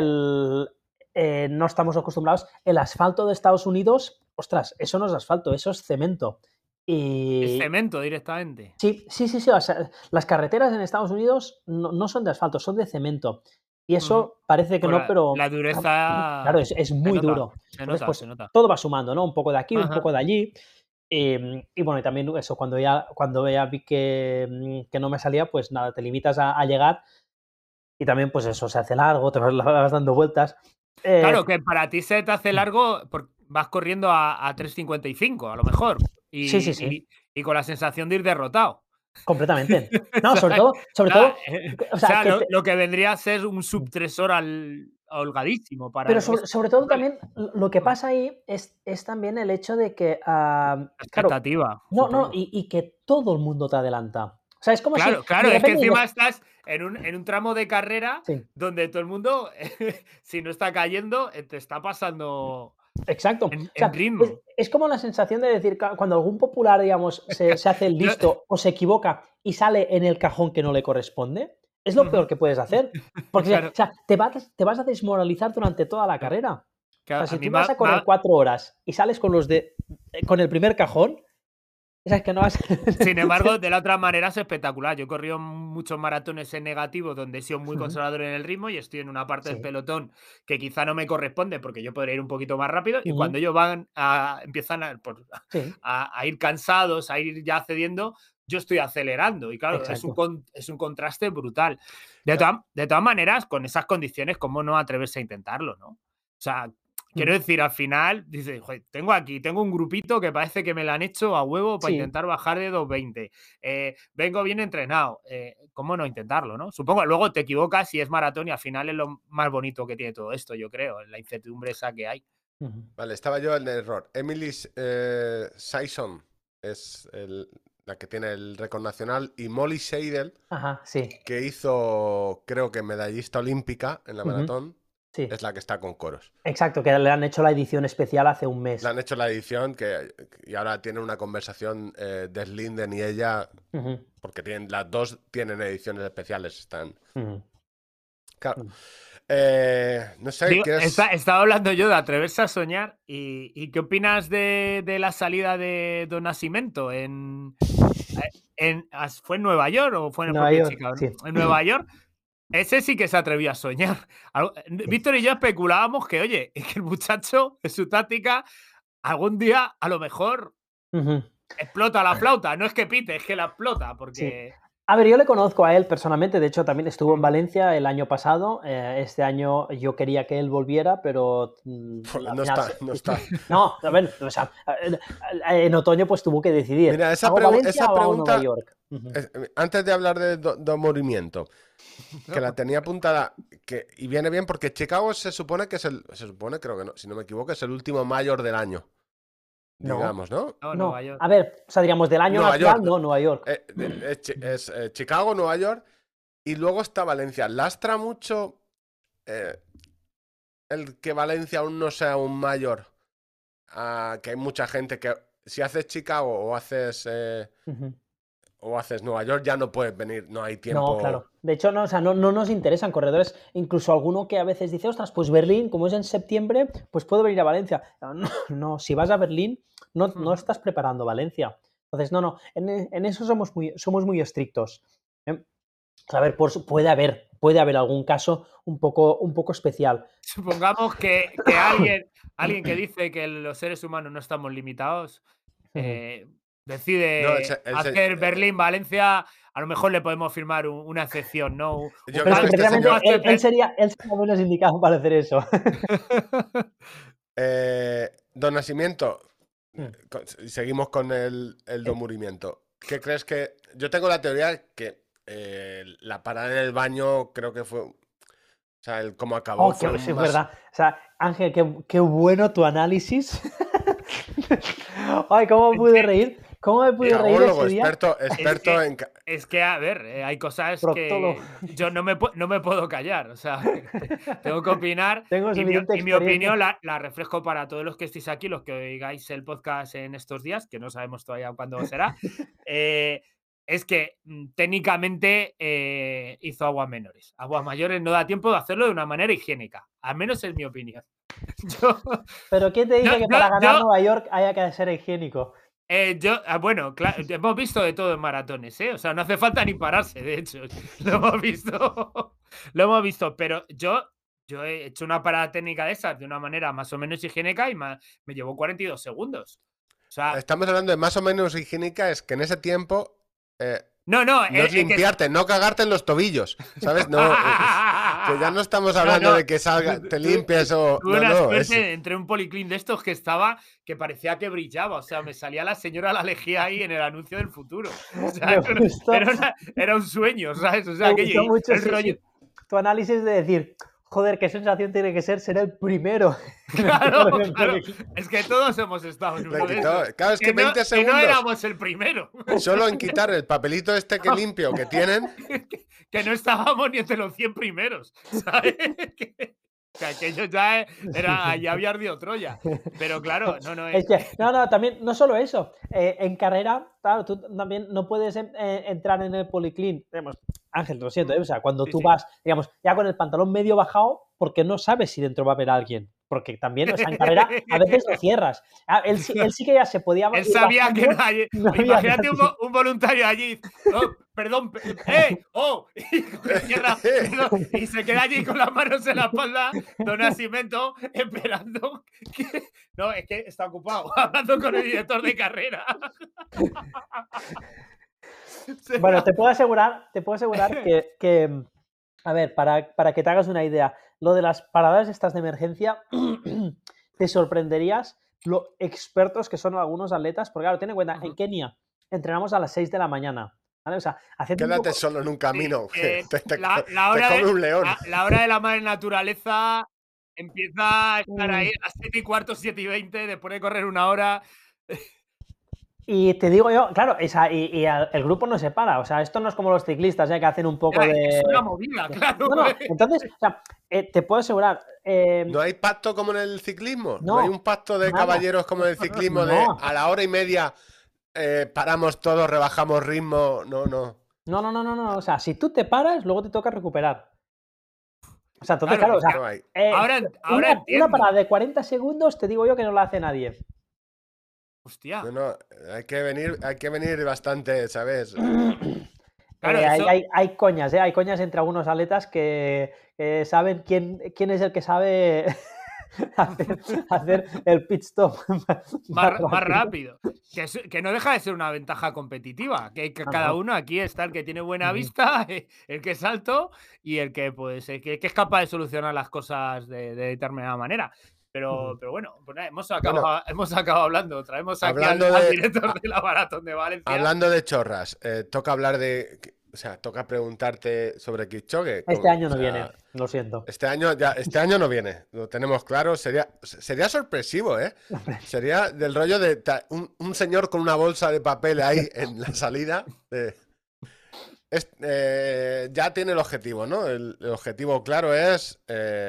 No estamos acostumbrados. El asfalto de Estados Unidos, ostras, eso no es asfalto, eso es cemento. Es cemento directamente. Sí. O sea, las carreteras en Estados Unidos no son de asfalto, son de cemento. Y eso parece que no, pero... La dureza... Claro, es muy duro. Entonces, pues, se nota. todo va sumando, ¿no? Un poco de aquí, un poco de allí. Y bueno, y también eso, cuando ya vi que no me salía, pues nada, te limitas a llegar. Y también, pues eso, se hace largo, te vas dando vueltas. Claro, que para ti se te hace largo, vas corriendo a 3:55, a lo mejor. Sí. Y con la sensación de ir derrotado. Completamente. No, sobre todo. O sea, lo que vendría a ser un sub 3 horas holgadísimo para. Pero sobre todo también lo que pasa ahí es también el hecho de que. La expectativa. Claro, no, y que todo el mundo te adelanta. O sea, es como si. Claro, es que encima estás en un tramo de carrera donde todo el mundo, si no está cayendo, te está pasando. Exacto. En ritmo. Es como la sensación de decir, cuando algún popular, digamos, se hace el listo o se equivoca y sale en el cajón que no le corresponde. Es lo peor que puedes hacer. Porque claro. O sea, te vas a desmoralizar durante toda la carrera. Claro, o sea, si tú vas a correr 4 horas y sales con el primer cajón, es que no vas... Sin embargo, de la otra manera es espectacular. Yo he corrido muchos maratones en negativo donde he sido muy conservador en el ritmo y estoy en una parte del pelotón que quizá no me corresponde porque yo podría ir un poquito más rápido y cuando ellos empiezan a ir cansados, a ir ya cediendo, yo estoy acelerando y claro, es un contraste brutal. De todas maneras, con esas condiciones, ¿cómo no atreverse a intentarlo, no? O sea, quiero decir, al final, dices, tengo un grupito que parece que me lo han hecho a huevo para intentar bajar de 2:20. Vengo bien entrenado. ¿Cómo no intentarlo, no? Supongo que luego te equivocas y es maratón y al final es lo más bonito que tiene todo esto, yo creo, la incertidumbre esa que hay. Vale, estaba yo en el error. Emily Sisson es la que tiene el récord nacional y Molly Seidel, que hizo, creo que medallista olímpica en la maratón. Sí. Es la que está con coros. Exacto, que le han hecho la edición especial hace un mes. Le han hecho la edición y ahora tienen una conversación de Slinden y ella, porque las dos tienen ediciones especiales. Están. Claro. No sé. Digo, estaba hablando yo de atreverse a soñar. ¿Y qué opinas de la salida de Don Nascimento? ¿Fue en Nueva York o fue en el propio Chicago? Sí. En Nueva York. Ese sí que se atrevió a soñar. Víctor y yo especulábamos que, oye, es que el muchacho, en su táctica, algún día, a lo mejor, explota la flauta. No es que pite, es que la explota, porque... Sí. A ver, yo le conozco a él personalmente, de hecho también estuvo en Valencia el año pasado. Este año yo quería que él volviera, pero... No está. No, a ver, o sea, en otoño pues tuvo que decidir. Mira, esa pregunta, Nueva York? Antes de hablar de movimiento, que la tenía apuntada, y viene bien porque Chicago se supone, creo que no, si no me equivoco, es el último mayor del año. Digamos, ¿no? No. A ver, o sea, diríamos del año actual, no, Nueva York. Es Chicago, Nueva York, y luego está Valencia. ¿Lastra mucho el que Valencia aún no sea un mayor? Que hay mucha gente que si haces Chicago o haces Nueva York ya no puedes venir, no hay tiempo. No, claro. De hecho, no nos interesan corredores. Incluso alguno que a veces dice, ostras, pues Berlín, como es en septiembre, pues puedo venir a Valencia. No, si vas a Berlín, no estás preparando Valencia. Entonces, no. En eso somos muy estrictos. A ver, puede haber algún caso un poco especial. Supongamos que alguien que dice que los seres humanos no estamos limitados decide hacer Berlín-Valencia, a lo mejor le podemos firmar una excepción, ¿no? Yo Pero creo es que que precisamente él sería menos indicado para hacer eso. Don Nascimento, seguimos con el domurimiento. ¿Qué crees que...? Yo tengo la teoría que la parada en el baño creo que fue... O sea, el cómo acabó fue sí, es verdad. O sea, Ángel, qué bueno tu análisis. Ay, ¿cómo me pude reír? ¿Cómo me pude reír ese día? Experto en... Es que, a ver, hay cosas Proctólogo. que yo no me puedo callar. O sea, tengo que opinar. Tengo y mi opinión la refresco para todos los que estéis aquí, los que oigáis el podcast en estos días, que no sabemos todavía cuándo será. Es que técnicamente hizo aguas menores. Aguas mayores no da tiempo de hacerlo de una manera higiénica. Al menos es mi opinión. ¿Pero quién te dice que para ganar Nueva York haya que ser higiénico? Bueno, claro, hemos visto de todo en maratones, ¿eh? O sea, no hace falta ni pararse, de hecho. Lo hemos visto. Lo hemos visto, pero yo he hecho una parada técnica de esas de una manera más o menos higiénica y me llevó 42 segundos. O sea, estamos hablando de más o menos higiénica, es que en ese tiempo... no es limpiarte, no cagarte en los tobillos, ¿sabes? No, que ya no estamos hablando de que salga, te limpies o... Entre un policlín de estos que parecía que brillaba, o sea, me salía la señora la lejía ahí en el anuncio del futuro. O sea, era un sueño, ¿sabes? O sea, que mucho, el rollo... Tu análisis de decir... Joder, qué sensación tiene que ser el primero. Claro. Es que todos hemos estado en uno de esos. Claro, es que 20 segundos. Que no éramos el primero. Solo en quitar el papelito este que limpio que tienen. Que no estábamos ni entre los 100 primeros, ¿sabes? Que aquello ya había ardido Troya. Pero claro, también, no solo eso. En carrera, claro, tú también no puedes entrar en el policlín. Ángel, lo siento, o sea, cuando tú vas, digamos, ya con el pantalón medio bajado, porque no sabes si dentro va a haber alguien. Porque también, o sea, en carrera a veces lo cierras. Él sí que ya se podía... Él sabía que no imagínate un voluntario allí. Oh, perdón, y se queda allí con las manos en la espalda, Don Nascimento, esperando no, es que está ocupado, hablando con el director de carrera. Bueno, te puedo asegurar que a ver, para que te hagas una idea, lo de las paradas estas de emergencia, te sorprenderías lo expertos que son algunos atletas, porque claro, ten en cuenta, en Kenia entrenamos a las 6 de la mañana. ¿Vale? O sea, quédate solo en un camino. Te come un león. La hora de la madre naturaleza empieza a estar ahí a las 7:15, 7:20, después de correr una hora. Y te digo yo, claro, y el grupo no se para. O sea, esto no es como los ciclistas, que hacen un poco de... Es una movida, claro. No, entonces, o sea, te puedo asegurar... ¿No hay pacto como en el ciclismo? ¿No hay un pacto de caballeros como en el ciclismo de a la hora y media paramos todos, rebajamos ritmo? No. O sea, si tú te paras, luego te toca recuperar. O sea, entonces, claro, o sea, ahora una parada de 40 segundos, te digo yo que no la hace nadie. Hostia. No, hay que venir bastante, ¿sabes? Claro, hay coñas, hay coñas entre algunos atletas que saben quién es el que sabe hacer el pit stop más rápido. Que no deja de ser una ventaja competitiva, que cada uno aquí está el que tiene buena vista, el que es alto y el que que es capaz de solucionar las cosas de determinada manera. Pero bueno, pues hemos acabado hablando otra vez. Al director de la Maratón de Valencia. Hablando de chorras, toca hablar de... O sea, toca preguntarte sobre Kipchoge. Este año no viene, lo siento. Este año no viene, lo tenemos claro. Sería sorpresivo, ¿eh? Sería del rollo de un señor con una bolsa de papel ahí en la salida. Ya tiene el objetivo, ¿no? El objetivo claro es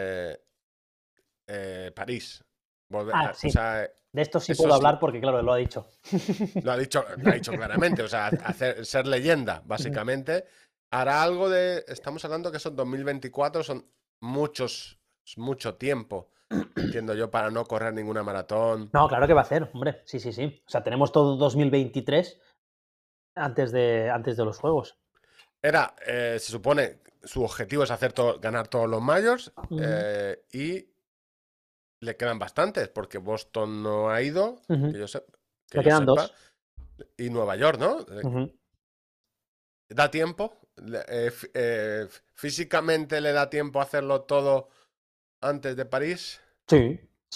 París. Sí. O sea, de esto sí puedo hablar porque, claro, lo ha dicho. Lo ha dicho claramente. O sea, ser leyenda, básicamente. Hará algo de... Estamos hablando que son 2024, son mucho tiempo, entiendo yo, para no correr ninguna maratón. No, claro que va a hacer, hombre. Sí. O sea, tenemos todo 2023 antes de los Juegos. se supone, su objetivo es ganar todos los majors y le quedan bastantes, porque Boston no ha ido, que yo sepa. Le quedan 2. Y Nueva York, ¿no? ¿Da tiempo? ¿Físicamente le da tiempo a hacerlo todo antes de París? Sí.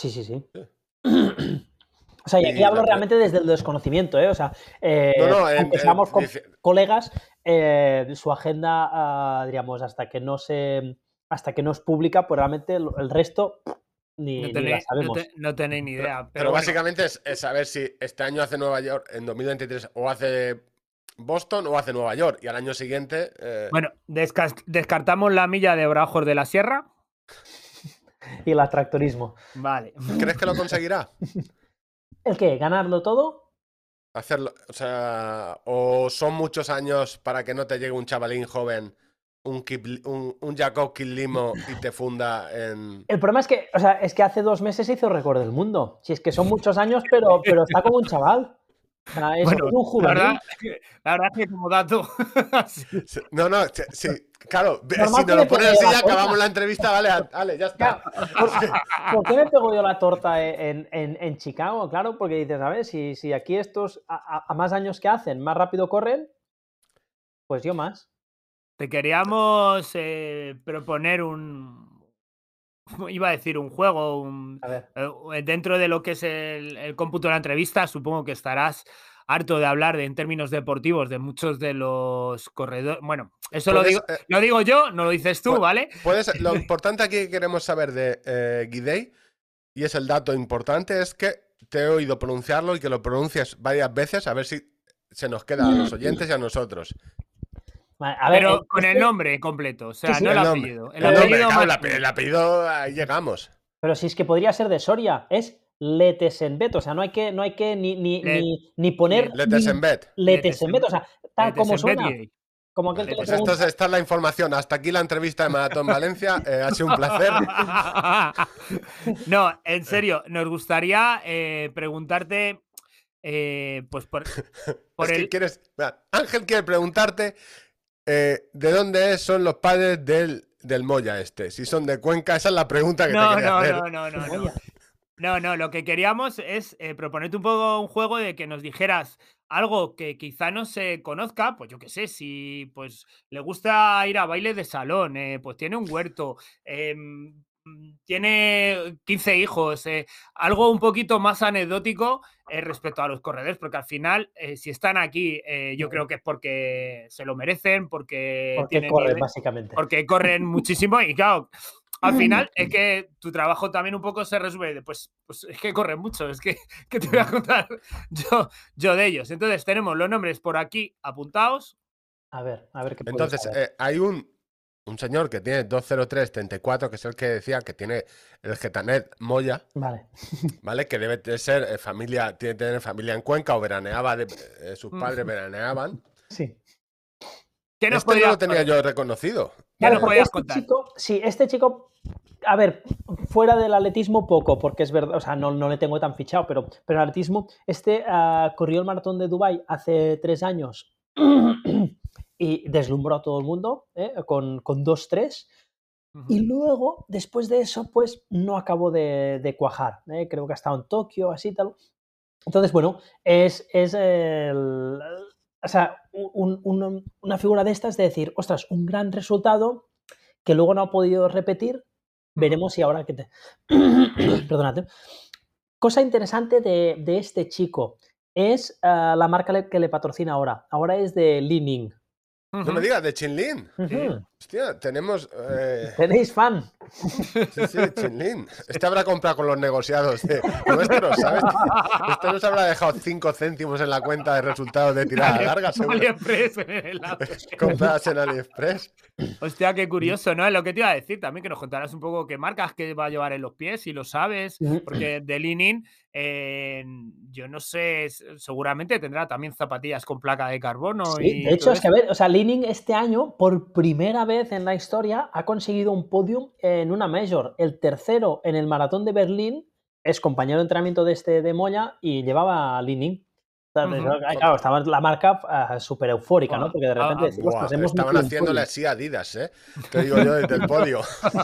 O sea, y aquí hablo realmente desde el desconocimiento, ¿eh? O sea, aunque seamos colegas, su agenda, diríamos, hasta que no es pública, pues realmente el resto ni la sabemos. No tenéis ni idea. Pero básicamente es saber si este año hace Nueva York, en 2023, o hace Boston o hace Nueva York, y al año siguiente... Bueno, descartamos la milla de Bradford de la Sierra. Y el tractorismo. Vale. ¿Crees que lo conseguirá? ¿El qué? ¿Ganarlo todo? Hacerlo, o sea, o son muchos años para que no te llegue un chavalín joven, un Jacob Kiplimo y te funda en... El problema es que hace 2 meses se hizo récord del mundo. Si es que son muchos años, pero está como un chaval. O sea, es un juvenil. La verdad es que como dato... sí. No, sí, claro, si nos lo pones así ya acabamos la entrevista, vale, ya está. ¿Por qué me pego yo la torta en Chicago? Claro, porque dices, a ver, si aquí estos a más años que hacen, más rápido corren, pues yo más. Te queríamos proponer iba a decir un juego, dentro de lo que es el cómputo de la entrevista. Supongo que estarás harto de hablar en términos deportivos de muchos de los corredores. Bueno, eso lo digo yo, no lo dices tú, ¿vale? Lo importante aquí que queremos saber de Guidey, y es el dato importante, es que te he oído pronunciarlo y que lo pronuncies varias veces, a ver si se nos queda a los oyentes y a nosotros. Vale, a ver, pero con el nombre completo, o sea, no el apellido. El apellido, ahí llegamos. Pero si es que podría ser de Soria, es Letesenbet, o sea, no hay que ni poner Letesenbet, o sea, tal como suena. Como aquel que pues esta es la información. Hasta aquí la entrevista de Maratón Valencia. Ha sido un placer. No, en serio, nos gustaría preguntarte, pues por Ángel quiere preguntarte ¿de dónde son los padres del Moya este? Si son de Cuenca, esa es la pregunta que te quería hacer. No, lo que queríamos es proponerte un poco un juego de que nos dijeras algo que quizá no se conozca, pues yo qué sé, si pues le gusta ir a bailes de salón, pues tiene un huerto, tiene 15 hijos, algo un poquito más anecdótico respecto a los corredores, porque al final, si están aquí, yo creo que es porque se lo merecen, porque corren, básicamente. Porque corren muchísimo y claro, al final es que tu trabajo también un poco se resume de, pues es que corren mucho, es que te voy a contar yo de ellos. Entonces tenemos los nombres por aquí apuntados. A ver qué puede Entonces, hay un señor que tiene 20334, que es el que decía que tiene el Getanet Moya. Vale, que debe de ser familia, tiene que tener familia en Cuenca o veraneaba, sus padres veraneaban. Sí. ¿Qué nos no lo tenía yo reconocido. ¿Qué nos podías contar? Este chico, a ver, fuera del atletismo poco, porque es verdad, o sea, no le tengo tan fichado, pero el atletismo, corrió el maratón de Dubái hace 3 años y deslumbró a todo el mundo con 2:3. Y luego, después de eso, pues no acabó de cuajar. Creo que ha estado en Tokio, así tal. Entonces, bueno, es o sea, una figura de estas de decir, ostras, un gran resultado que luego no ha podido repetir. Veremos si ahora que Perdónate. Cosa interesante de este chico es la marca que le patrocina ahora. Ahora es de Li Ning. No me digas, de Chinlin. Hostia, tenemos... ¿Tenéis fan? Sí, Chinlin. Este habrá comprado con los negociados de nuestros, ¿sabes? Este nos habrá dejado 5 céntimos en la cuenta de resultados de tirada larga, seguro. Compradas en AliExpress. Hostia, qué curioso, ¿no? Es lo que te iba a decir también, que nos contarás un poco qué marcas que va a llevar en los pies, si lo sabes, porque de Li Ning, yo no sé, seguramente tendrá también zapatillas con placa de carbono. Sí, de hecho, es que a ver, o sea, Li Ning este año, por primera vez en la historia, ha conseguido un podium en una major. El tercero en el maratón de Berlín, es compañero de entrenamiento de Moya y llevaba a Li Ning. Claro, estaba la marca súper eufórica, ¿no? Porque de repente decimos, Buah, pues hemos estaban metido un haciéndole podio. así a Adidas, ¿eh? Te digo yo desde el podio.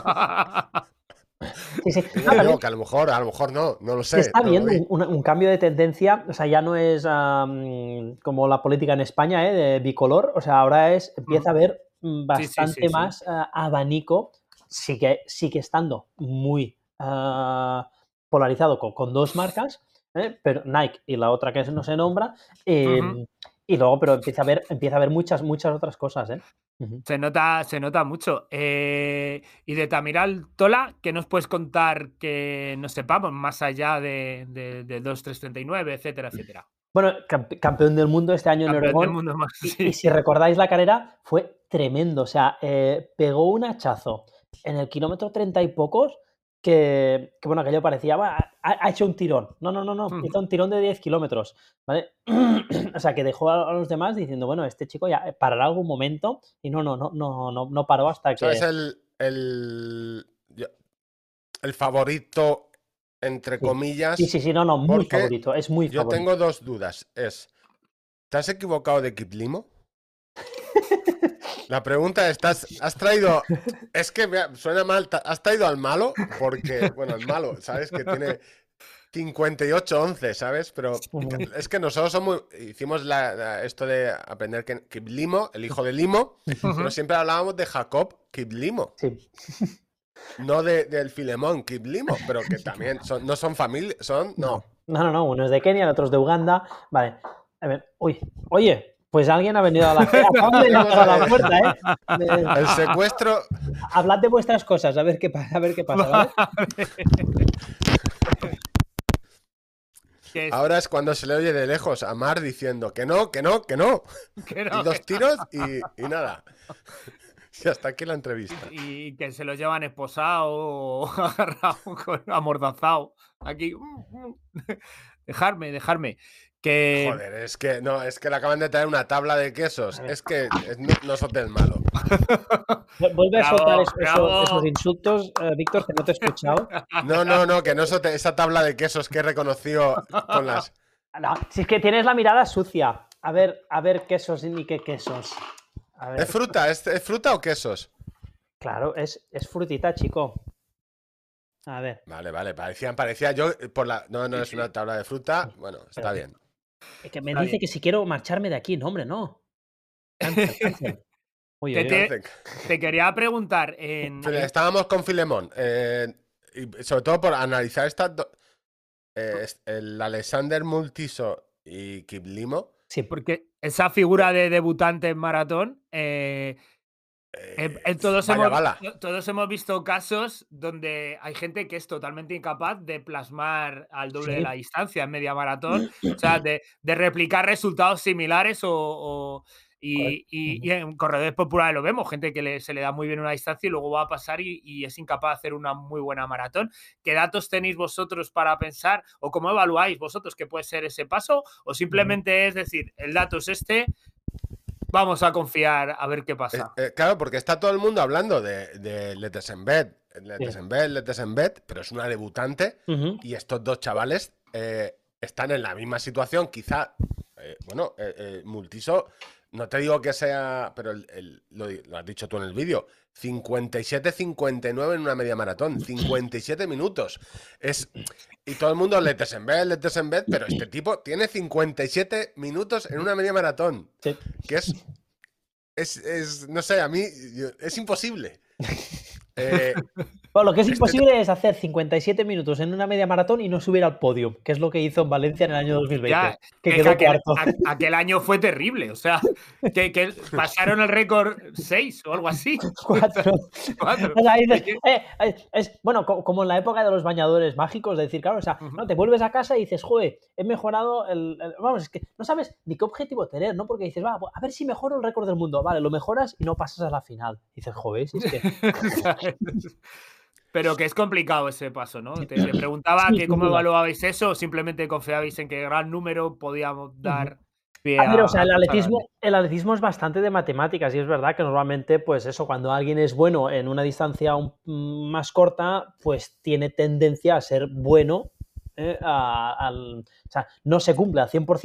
Sí. Digo yo que a lo mejor no lo Se sé. está no lo viendo vi. un cambio de tendencia, o sea, ya no es como la política en España, de bicolor, o sea, ahora empieza a haber bastante Sí. más abanico, sigue estando muy polarizado con dos marcas, pero Nike y la otra que no se nombra, y luego, pero empieza a haber muchas otras cosas, ¿eh? Se nota mucho. Y de Tamiral Tola, ¿qué nos puedes contar que no sepamos más allá de 2.339, etcétera, etcétera? Bueno, campeón del mundo este año en Campeón del Oregón. mundo más, Y sí. si recordáis la carrera, fue tremendo. O sea, pegó un hachazo en el kilómetro 30 y pocos que bueno, aquello parecía, "Buah, ha hecho un tirón". No. Hizo un tirón de 10 kilómetros, ¿vale? O sea, que dejó a los demás diciendo, bueno, este chico ya parará algún momento, y no paró hasta que... ¿Sabes el favorito, entre Sí. comillas? Sí, no, muy Porque favorito, es muy yo favorito. tengo dos dudas. ¿Te has equivocado de Kip Limo? La pregunta es, ¿has traído... Es que suena mal, ¿has traído al malo? Porque, bueno, el malo, ¿sabes? Que tiene 58-11, ¿sabes? Pero es que nosotros hicimos esto de aprender que Kip Limo, el hijo de Limo, pero siempre hablábamos de Jacob Kip Limo. Sí. No del Filemón Kip Limo, pero que también no son familia, no. No, uno es de Kenia, el otro es de Uganda. Vale, a ver, oye, pues alguien ha venido a la puerta, ¿eh? El secuestro... Hablad de vuestras cosas, a ver qué pasa, ¿vale? Ahora es cuando se le oye de lejos a Mar diciendo que no. Y dos tiros y nada. Y hasta aquí la entrevista. Y que se lo llevan esposado o agarrado, amordazado. Aquí. Dejarme. Que... Joder, es que le acaban de traer una tabla de quesos. Es que no sos del malo. Vuelve a soltar esos insultos, Víctor, que no te he escuchado. No, que no esa tabla de quesos que he reconocido con las... No, si es que tienes la mirada sucia. A ver quesos ni qué quesos. A ver. ¿Es fruta? ¿Es fruta o quesos? Claro, es frutita, chico. A ver. Vale. Parecía yo por la... No, es una tabla de fruta. Bueno, está bien. Es que me dice que si quiero marcharme de aquí. No, hombre, no. Cáncer. Te quería preguntar... Estábamos con Filemón. Y sobre todo por analizar estas el Alexander Multiso y Kip Limo. Sí, porque esa figura de debutante en maratón... todos hemos visto casos donde hay gente que es totalmente incapaz de plasmar al doble de la distancia en media maratón, o sea, de replicar resultados similares y en corredores populares lo vemos, gente que se le da muy bien una distancia y luego va a pasar y es incapaz de hacer una muy buena maratón. ¿Qué datos tenéis vosotros para pensar o cómo evaluáis vosotros que puede ser ese paso? ¿O simplemente es decir, el dato es este, vamos a confiar a ver qué pasa? Claro, porque está todo el mundo hablando de Letesenbet, pero es una debutante y estos dos chavales están en la misma situación. Quizá, Multiso, no te digo que sea, pero lo has dicho tú en el vídeo, 57-59 en una media maratón, 57 minutos. Y todo el mundo Letesenbet, pero este tipo tiene 57 minutos en una media maratón. Sí. Que no sé, a mí es imposible. Bueno, lo que es imposible es hacer 57 minutos en una media maratón y no subir al podio, que es lo que hizo en Valencia en el año 2020. Ya, que quedó cuarto. Aquel año fue terrible, o sea, que pasaron el récord 6 o algo así. 4. O sea, dices, bueno, como en la época de los bañadores mágicos, de decir, claro, o sea, no, te vuelves a casa y dices, joder, he mejorado vamos, es que no sabes ni qué objetivo tener, ¿no? Porque dices, va, a ver si mejoro el récord del mundo. Vale, lo mejoras y no pasas a la final. Y dices, joder, si es que... Pero que es complicado ese paso, ¿no? Te preguntaba que cómo evaluabais eso o simplemente confiabais en que gran número podíamos dar pie a... ver, o sea, el atletismo es bastante de matemáticas y es verdad que normalmente, pues eso, cuando alguien es bueno en una distancia más corta, pues tiene tendencia a ser bueno, o sea, no se cumple al 100%,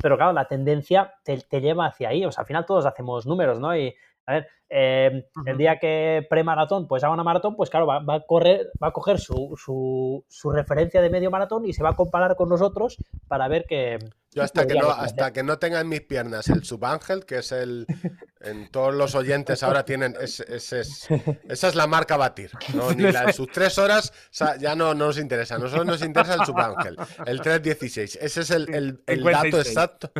pero claro, la tendencia te lleva hacia ahí. O sea, al final todos hacemos números, ¿no? Y, a ver, el día que premaratón pues haga una maratón, pues claro, va a coger su referencia de medio maratón y se va a comparar con nosotros para ver que... Yo hasta que no tenga en mis piernas el subángel, que es en todos los oyentes ahora tienen, esa es la marca a batir, ¿no? Ni la de sus 3 horas, ya no nos interesa, a nosotros nos interesa el subángel, el 3:16, ese es el dato exacto,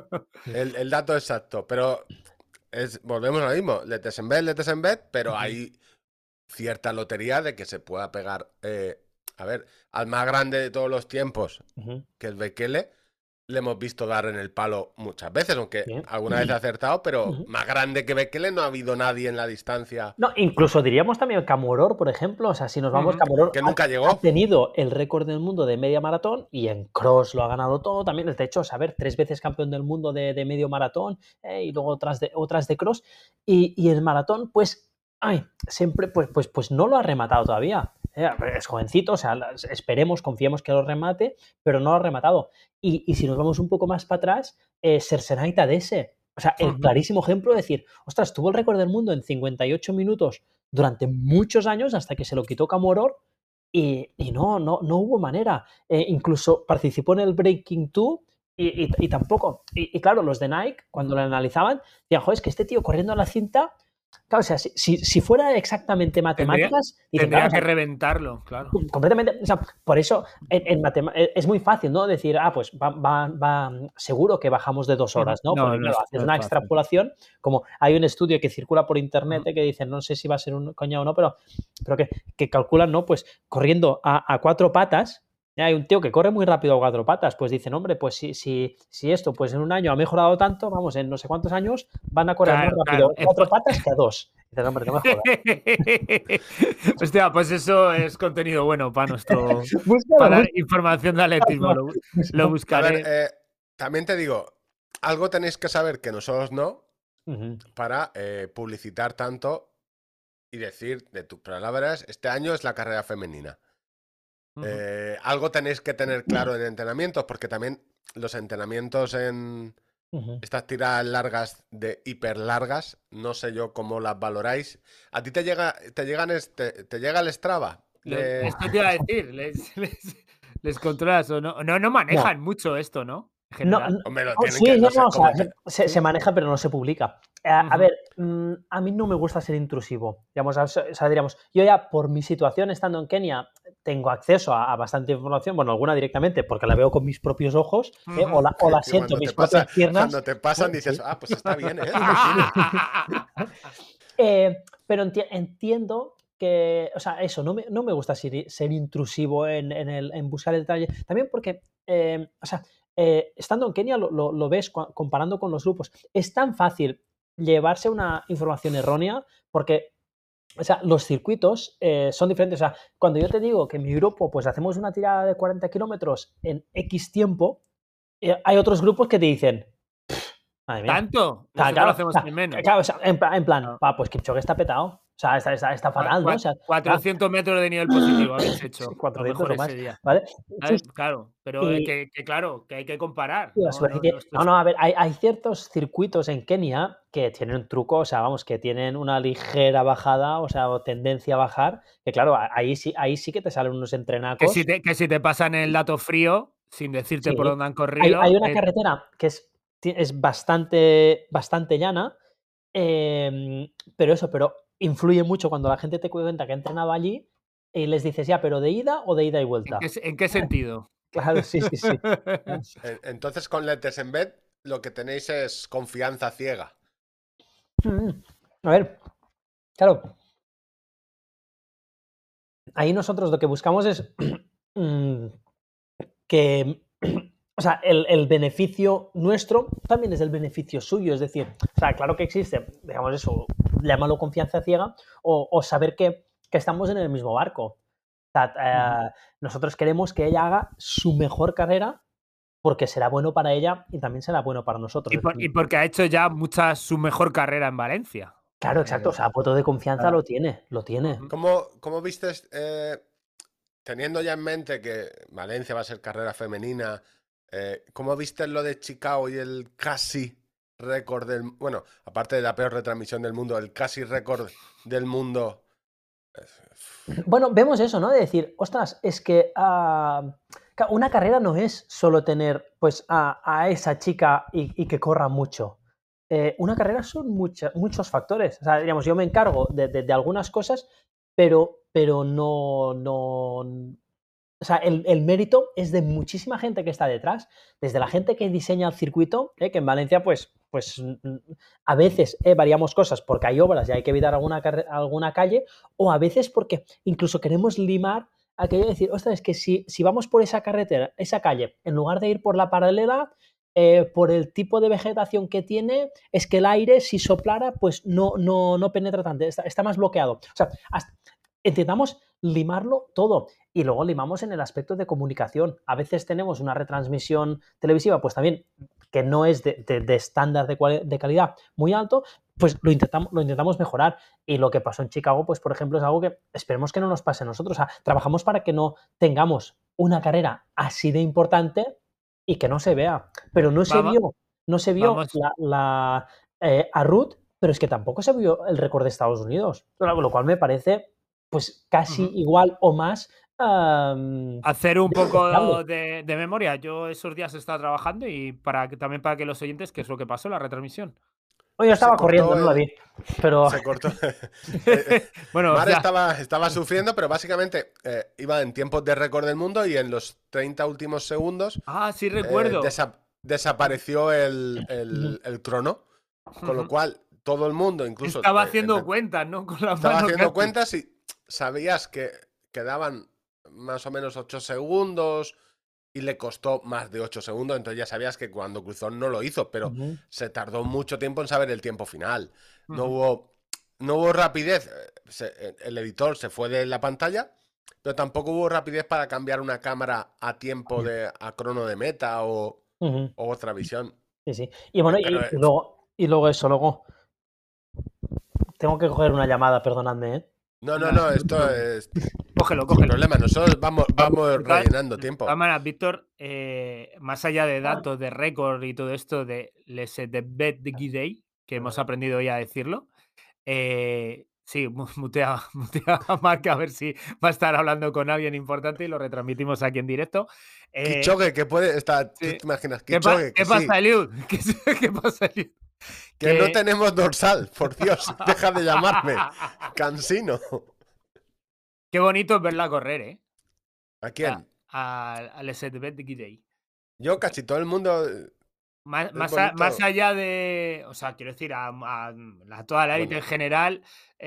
el dato exacto, pero volvemos a lo mismo, letes en bet, pero hay cierta lotería de que se pueda pegar, a ver, al más grande de todos los tiempos, que es Bekele, le hemos visto dar en el palo muchas veces, aunque alguna vez ha acertado, pero más grande que Bekele no ha habido nadie en la distancia. No, incluso diríamos también Camoror, por ejemplo, o sea, si nos vamos, Camoror que nunca llegó. Ha tenido el récord del mundo de media maratón y en cross lo ha ganado todo también, de hecho, saber 3 veces campeón del mundo de medio maratón y luego otras de cross y el maratón, pues, siempre, pues no lo ha rematado todavía. Es jovencito, o sea, esperemos, confiemos que lo remate, pero no lo ha rematado. Y si nos vamos un poco más para atrás, Sersenay Tadesse, o sea, el clarísimo ejemplo de decir, ostras, tuvo el récord del mundo en 58 minutos durante muchos años hasta que se lo quitó Camoror y no hubo manera. Incluso participó en el Breaking 2 y tampoco. Y claro, los de Nike, cuando lo analizaban, decían, joder, es que este tío corriendo a la cinta... Claro, o sea, si fuera exactamente matemáticas... Tendría que reventarlo, claro. Completamente, o sea, por eso es muy fácil, ¿no? Decir, pues va seguro que bajamos de 2 horas, ¿no? Porque claro, haces una extrapolación, como hay un estudio que circula por internet que dice, no sé si va a ser un coña o no, pero que calculan, ¿no? Pues corriendo a 4 patas, hay un tío que corre muy rápido a 4 patas, pues dicen, hombre, pues si esto pues en un año ha mejorado tanto, vamos, en no sé cuántos años van a correr más rápido a 4 patas que a 2. Dices, hombre, no me jodas. Hostia, pues eso es contenido bueno para para información de atletismo. Lo buscaré. A ver, también te digo, algo tenéis que saber que nosotros no, para publicitar tanto y decir de tus palabras, este año es la carrera femenina. Algo tenéis que tener claro en entrenamientos, porque también los entrenamientos en estas tiradas largas de hiper largas, no sé yo cómo las valoráis. ¿A ti te llega el Strava? Esto te iba a decir, les controlas o no manejan mucho esto, ¿no? No, hombre, se maneja, pero no se publica. A ver, a mí no me gusta ser intrusivo. Digamos, o sea, diríamos, yo ya por mi situación estando en Kenia tengo acceso a bastante información, bueno, alguna directamente porque la veo con mis propios ojos o la siento en mis propias piernas. Cuando te pasan dices, pues está bien, pero entiendo que, o sea, eso, no me gusta ser intrusivo en buscar el detalle. También porque, o sea, estando en Kenia lo ves comparando con los grupos. Es tan fácil llevarse una información errónea porque, o sea, los circuitos son diferentes. O sea, cuando yo te digo que en mi grupo pues hacemos una tirada de 40 kilómetros en X tiempo, hay otros grupos que te dicen... Madre mía. ¿Tanto? Claro, lo hacemos en menos. Claro, o sea, en plan, pues Kipchoge está petado. O sea, está fatal, ¿no? O sea, 400 metros de nivel positivo habéis hecho. 400 o más, ¿vale? Claro, pero claro, que hay que comparar. A ver, hay ciertos circuitos en Kenia que tienen un truco, o sea, vamos, que tienen una ligera bajada, o sea, o tendencia a bajar, que claro, ahí sí que te salen unos entrenacos. Que si te pasan el dato frío, sin decirte por dónde han corrido... Hay una carretera que es bastante llana, pero influye mucho cuando la gente te cuenta que ha entrenado allí y les dices, ya, pero ¿de ida o de ida y vuelta? ¿En qué sentido? Claro, sí. Entonces, con Letters en Bed, lo que tenéis es confianza ciega. A ver, claro. Ahí nosotros lo que buscamos es que... O sea, el beneficio nuestro también es el beneficio suyo. Es decir, o sea, claro que existe, digamos eso, llámalo confianza ciega o saber que estamos en el mismo barco. O sea, nosotros queremos que ella haga su mejor carrera porque será bueno para ella y también será bueno para nosotros. Y porque ha hecho ya su mejor carrera en Valencia. Claro, exacto. O sea, voto de confianza lo tiene. ¿Cómo viste, teniendo ya en mente que Valencia va a ser carrera femenina, ¿Cómo viste lo de Chicago y el casi récord del... Bueno, aparte de la peor retransmisión del mundo, el casi récord del mundo? Bueno, vemos eso, ¿no? De decir, ostras, es que una carrera no es solo tener pues a esa chica y que corra mucho. Una carrera son muchos factores. O sea, digamos, yo me encargo de algunas cosas, pero no. O sea, el mérito es de muchísima gente que está detrás, desde la gente que diseña el circuito, que en Valencia, pues a veces variamos cosas porque hay obras y hay que evitar alguna calle, o a veces porque incluso queremos limar aquello de decir, ostras, es que si vamos por esa carretera, esa calle, en lugar de ir por la paralela, por el tipo de vegetación que tiene, es que el aire, si soplara, pues no penetra tanto, está más bloqueado. O sea, intentamos limarlo todo y luego limamos en el aspecto de comunicación. A veces tenemos una retransmisión televisiva, pues también que no es de estándar de calidad muy alto, pues lo intentamos mejorar. Y lo que pasó en Chicago, pues por ejemplo, es algo que esperemos que no nos pase a nosotros. O sea, trabajamos para que no tengamos una carrera así de importante y que no se vea. Pero no se vio a Ruth, pero es que tampoco se vio el récord de Estados Unidos, lo cual me parece pues casi igual o más. Hacer un poco de memoria. Yo esos días estaba trabajando y también para que los oyentes, ¿qué es lo que pasó en la retransmisión? Yo estaba corriendo, no la vi. Pero... Se cortó. Bueno, Mar estaba sufriendo, pero básicamente iba en tiempos de récord del mundo y en los 30 últimos segundos. Sí, recuerdo. Desapareció el crono. Con lo cual, todo el mundo, incluso. Estaba haciendo cuentas, ¿no? Estaba haciendo cuentas y sabías que quedaban más o menos 8 segundos y le costó más de 8 segundos, entonces ya sabías que cuando cruzó no lo hizo, pero se tardó mucho tiempo en saber el tiempo final. No hubo rapidez, el editor se fue de la pantalla, pero tampoco hubo rapidez para cambiar una cámara a tiempo a crono de meta o otra visión. Sí. Y bueno, y luego eso, luego tengo que coger una llamada, perdonadme, ¿eh? No, esto es... Cógelo. Sin problema, nosotros vamos rellenando tiempo. De todas maneras, Víctor, más allá de datos, de récord y todo esto de Les de Bet de Guidey, que hemos aprendido ya a decirlo, sí, mutea a Marc a ver si va a estar hablando con alguien importante y lo retransmitimos aquí en directo. Kichogue, que puede estar... ¿Tú te imaginas? Kichogue, ¿Qué pasa, Eliud? ¿Qué pasa, Eliud? Que no tenemos dorsal, por Dios, deja de llamarme. Cansino. Qué bonito es verla correr, ¿eh? ¿A quién? A Lesetbet Guidey. Yo, casi todo el mundo. Más allá de. O sea, quiero decir, a toda la élite en general,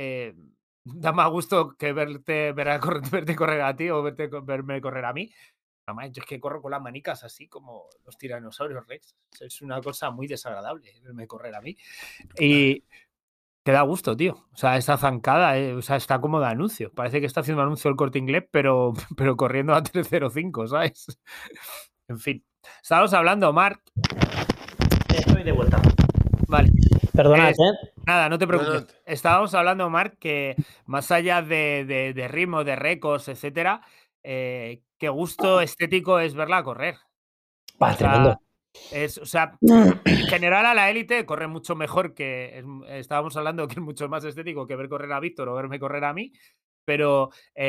da más gusto que verte correr a ti o verme correr a mí. Además, yo es que corro con las manicas así como los tiranosaurios Rex. Es una cosa muy desagradable verme correr a mí. Y te da gusto, tío. O sea, esa zancada, o sea, está como de anuncio. Parece que está haciendo un anuncio el Corte Inglés, pero corriendo a 3:05, ¿sabes? En fin. Estábamos hablando, Marc. Estoy de vuelta. Vale. Perdonad, ¿eh? Nada, no te preocupes. No. Estábamos hablando, Marc, que más allá de ritmo, de récords, etcétera, qué gusto estético es verla correr. Tremendo. O sea, en general a la élite corre mucho mejor que... estábamos hablando que es mucho más estético que ver correr a Víctor o verme correr a mí, pero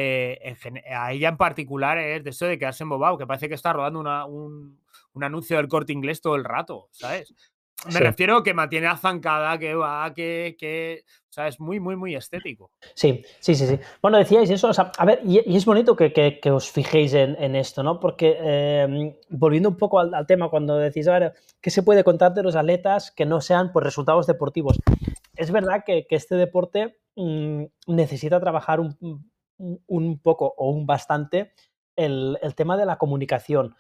a ella en particular es de eso de quedarse embobado, que parece que está rodando un anuncio del Corte Inglés todo el rato, ¿sabes? Me refiero que mantiene la zancada, que va, que o sea, es muy, muy, muy estético. Sí. Bueno, decíais eso, o sea, a ver, y es bonito que os fijéis en esto, ¿no? Porque volviendo un poco al tema, cuando decís, a ver, ¿qué se puede contar de los atletas que no sean pues, resultados deportivos? Es verdad que este deporte necesita trabajar un poco o un bastante el tema de la comunicación.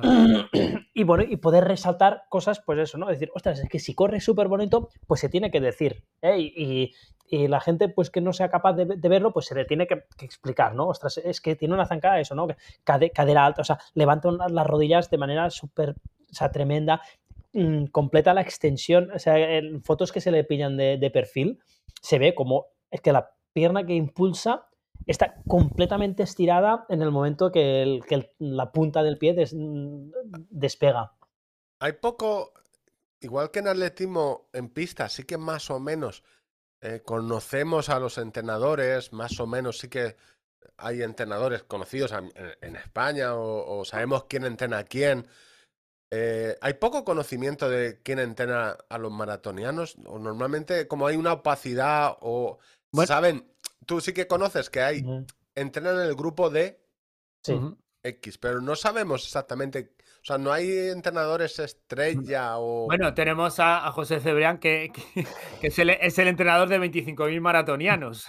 Y bueno, y poder resaltar cosas, pues eso, ¿no? Decir, ostras, es que si corre súper bonito, pues se tiene que decir, ¿eh? Y la gente, pues que no sea capaz de verlo, pues se le tiene que explicar, ¿no? Ostras, es que tiene una zancada eso, ¿no? Cadera alta, o sea, levanta las rodillas de manera súper, o sea, tremenda, completa la extensión, o sea, en fotos que se le pillan de perfil, se ve como es que la pierna que impulsa está completamente estirada en el momento que la punta del pie despega. Hay poco, igual que en atletismo en pista, sí que más o menos conocemos a los entrenadores, más o menos sí que hay entrenadores conocidos en España o sabemos quién entrena a quién. Hay poco conocimiento de quién entrena a los maratonianos, o normalmente como hay una opacidad o Bueno, saben, tú sí que conoces que hay, Ujú. entrenan en el grupo de Sí. ujú. X, pero no sabemos exactamente, o sea, no hay entrenadores estrella o... Bueno, tenemos a José Cebrián, que es el entrenador de 25.000 maratonianos.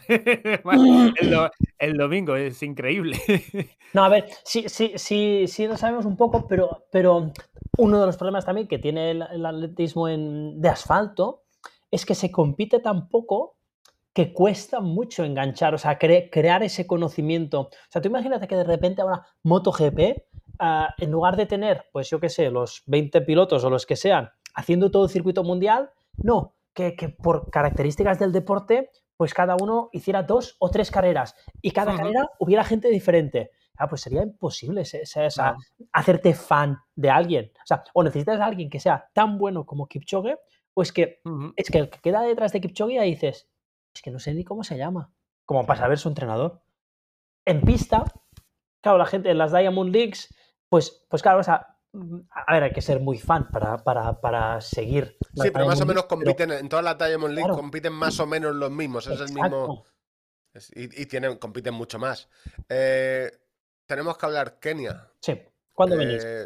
El domingo, es increíble. No, a ver, sí lo sabemos un poco, pero uno de los problemas también que tiene el atletismo de asfalto es que se compite tan poco que cuesta mucho enganchar, o sea, crear ese conocimiento. O sea, tú imagínate que de repente ahora MotoGP, en lugar de tener, pues yo qué sé, los 20 pilotos o los que sean, haciendo todo el circuito mundial, no, que por características del deporte, pues cada uno hiciera 2 o 3 carreras y cada carrera hubiera gente diferente. Pues sería imposible Claro. hacerte fan de alguien. O sea, o necesitas a alguien que sea tan bueno como Kipchoge, pues que Ujú. es que el que queda detrás de Kipchoge ya dices, es que no sé ni cómo se llama, como para saber su entrenador. En pista, claro, la gente en las Diamond Leagues, pues claro, o sea, a ver, hay que ser muy fan para seguir Sí, las pero más o Diamond menos Leagues, pero compiten, en toda la Diamond League claro, compiten más o menos los mismos, es el mismo, exacto. y compiten mucho más. Tenemos que hablar Kenia. Sí, ¿cuándo venís? Eh,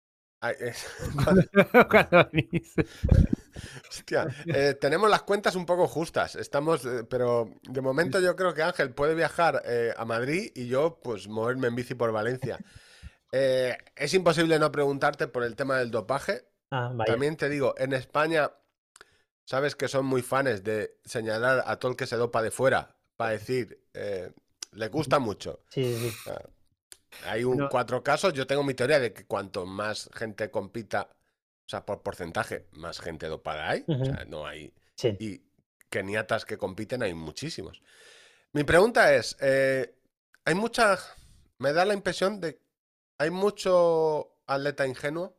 Cuando venís. Hostia, tenemos las cuentas un poco justas. Estamos, pero de momento yo creo que Ángel puede viajar a Madrid y yo, pues, moverme en bici por Valencia. Es imposible no preguntarte por el tema del dopaje. Vaya. También te digo, en España, sabes que son muy fans de señalar a todo el que se dopa de fuera para decir, le gusta mucho. Sí, sí, sí. Hay Bueno, 4 casos. Yo tengo mi teoría de que cuanto más gente compita, o sea, por porcentaje, más gente dopada hay. O Ujú. sea, no hay. Sí. Y keniatas que compiten hay muchísimos. Mi pregunta es: hay mucha. Me da la impresión de. Hay mucho atleta ingenuo.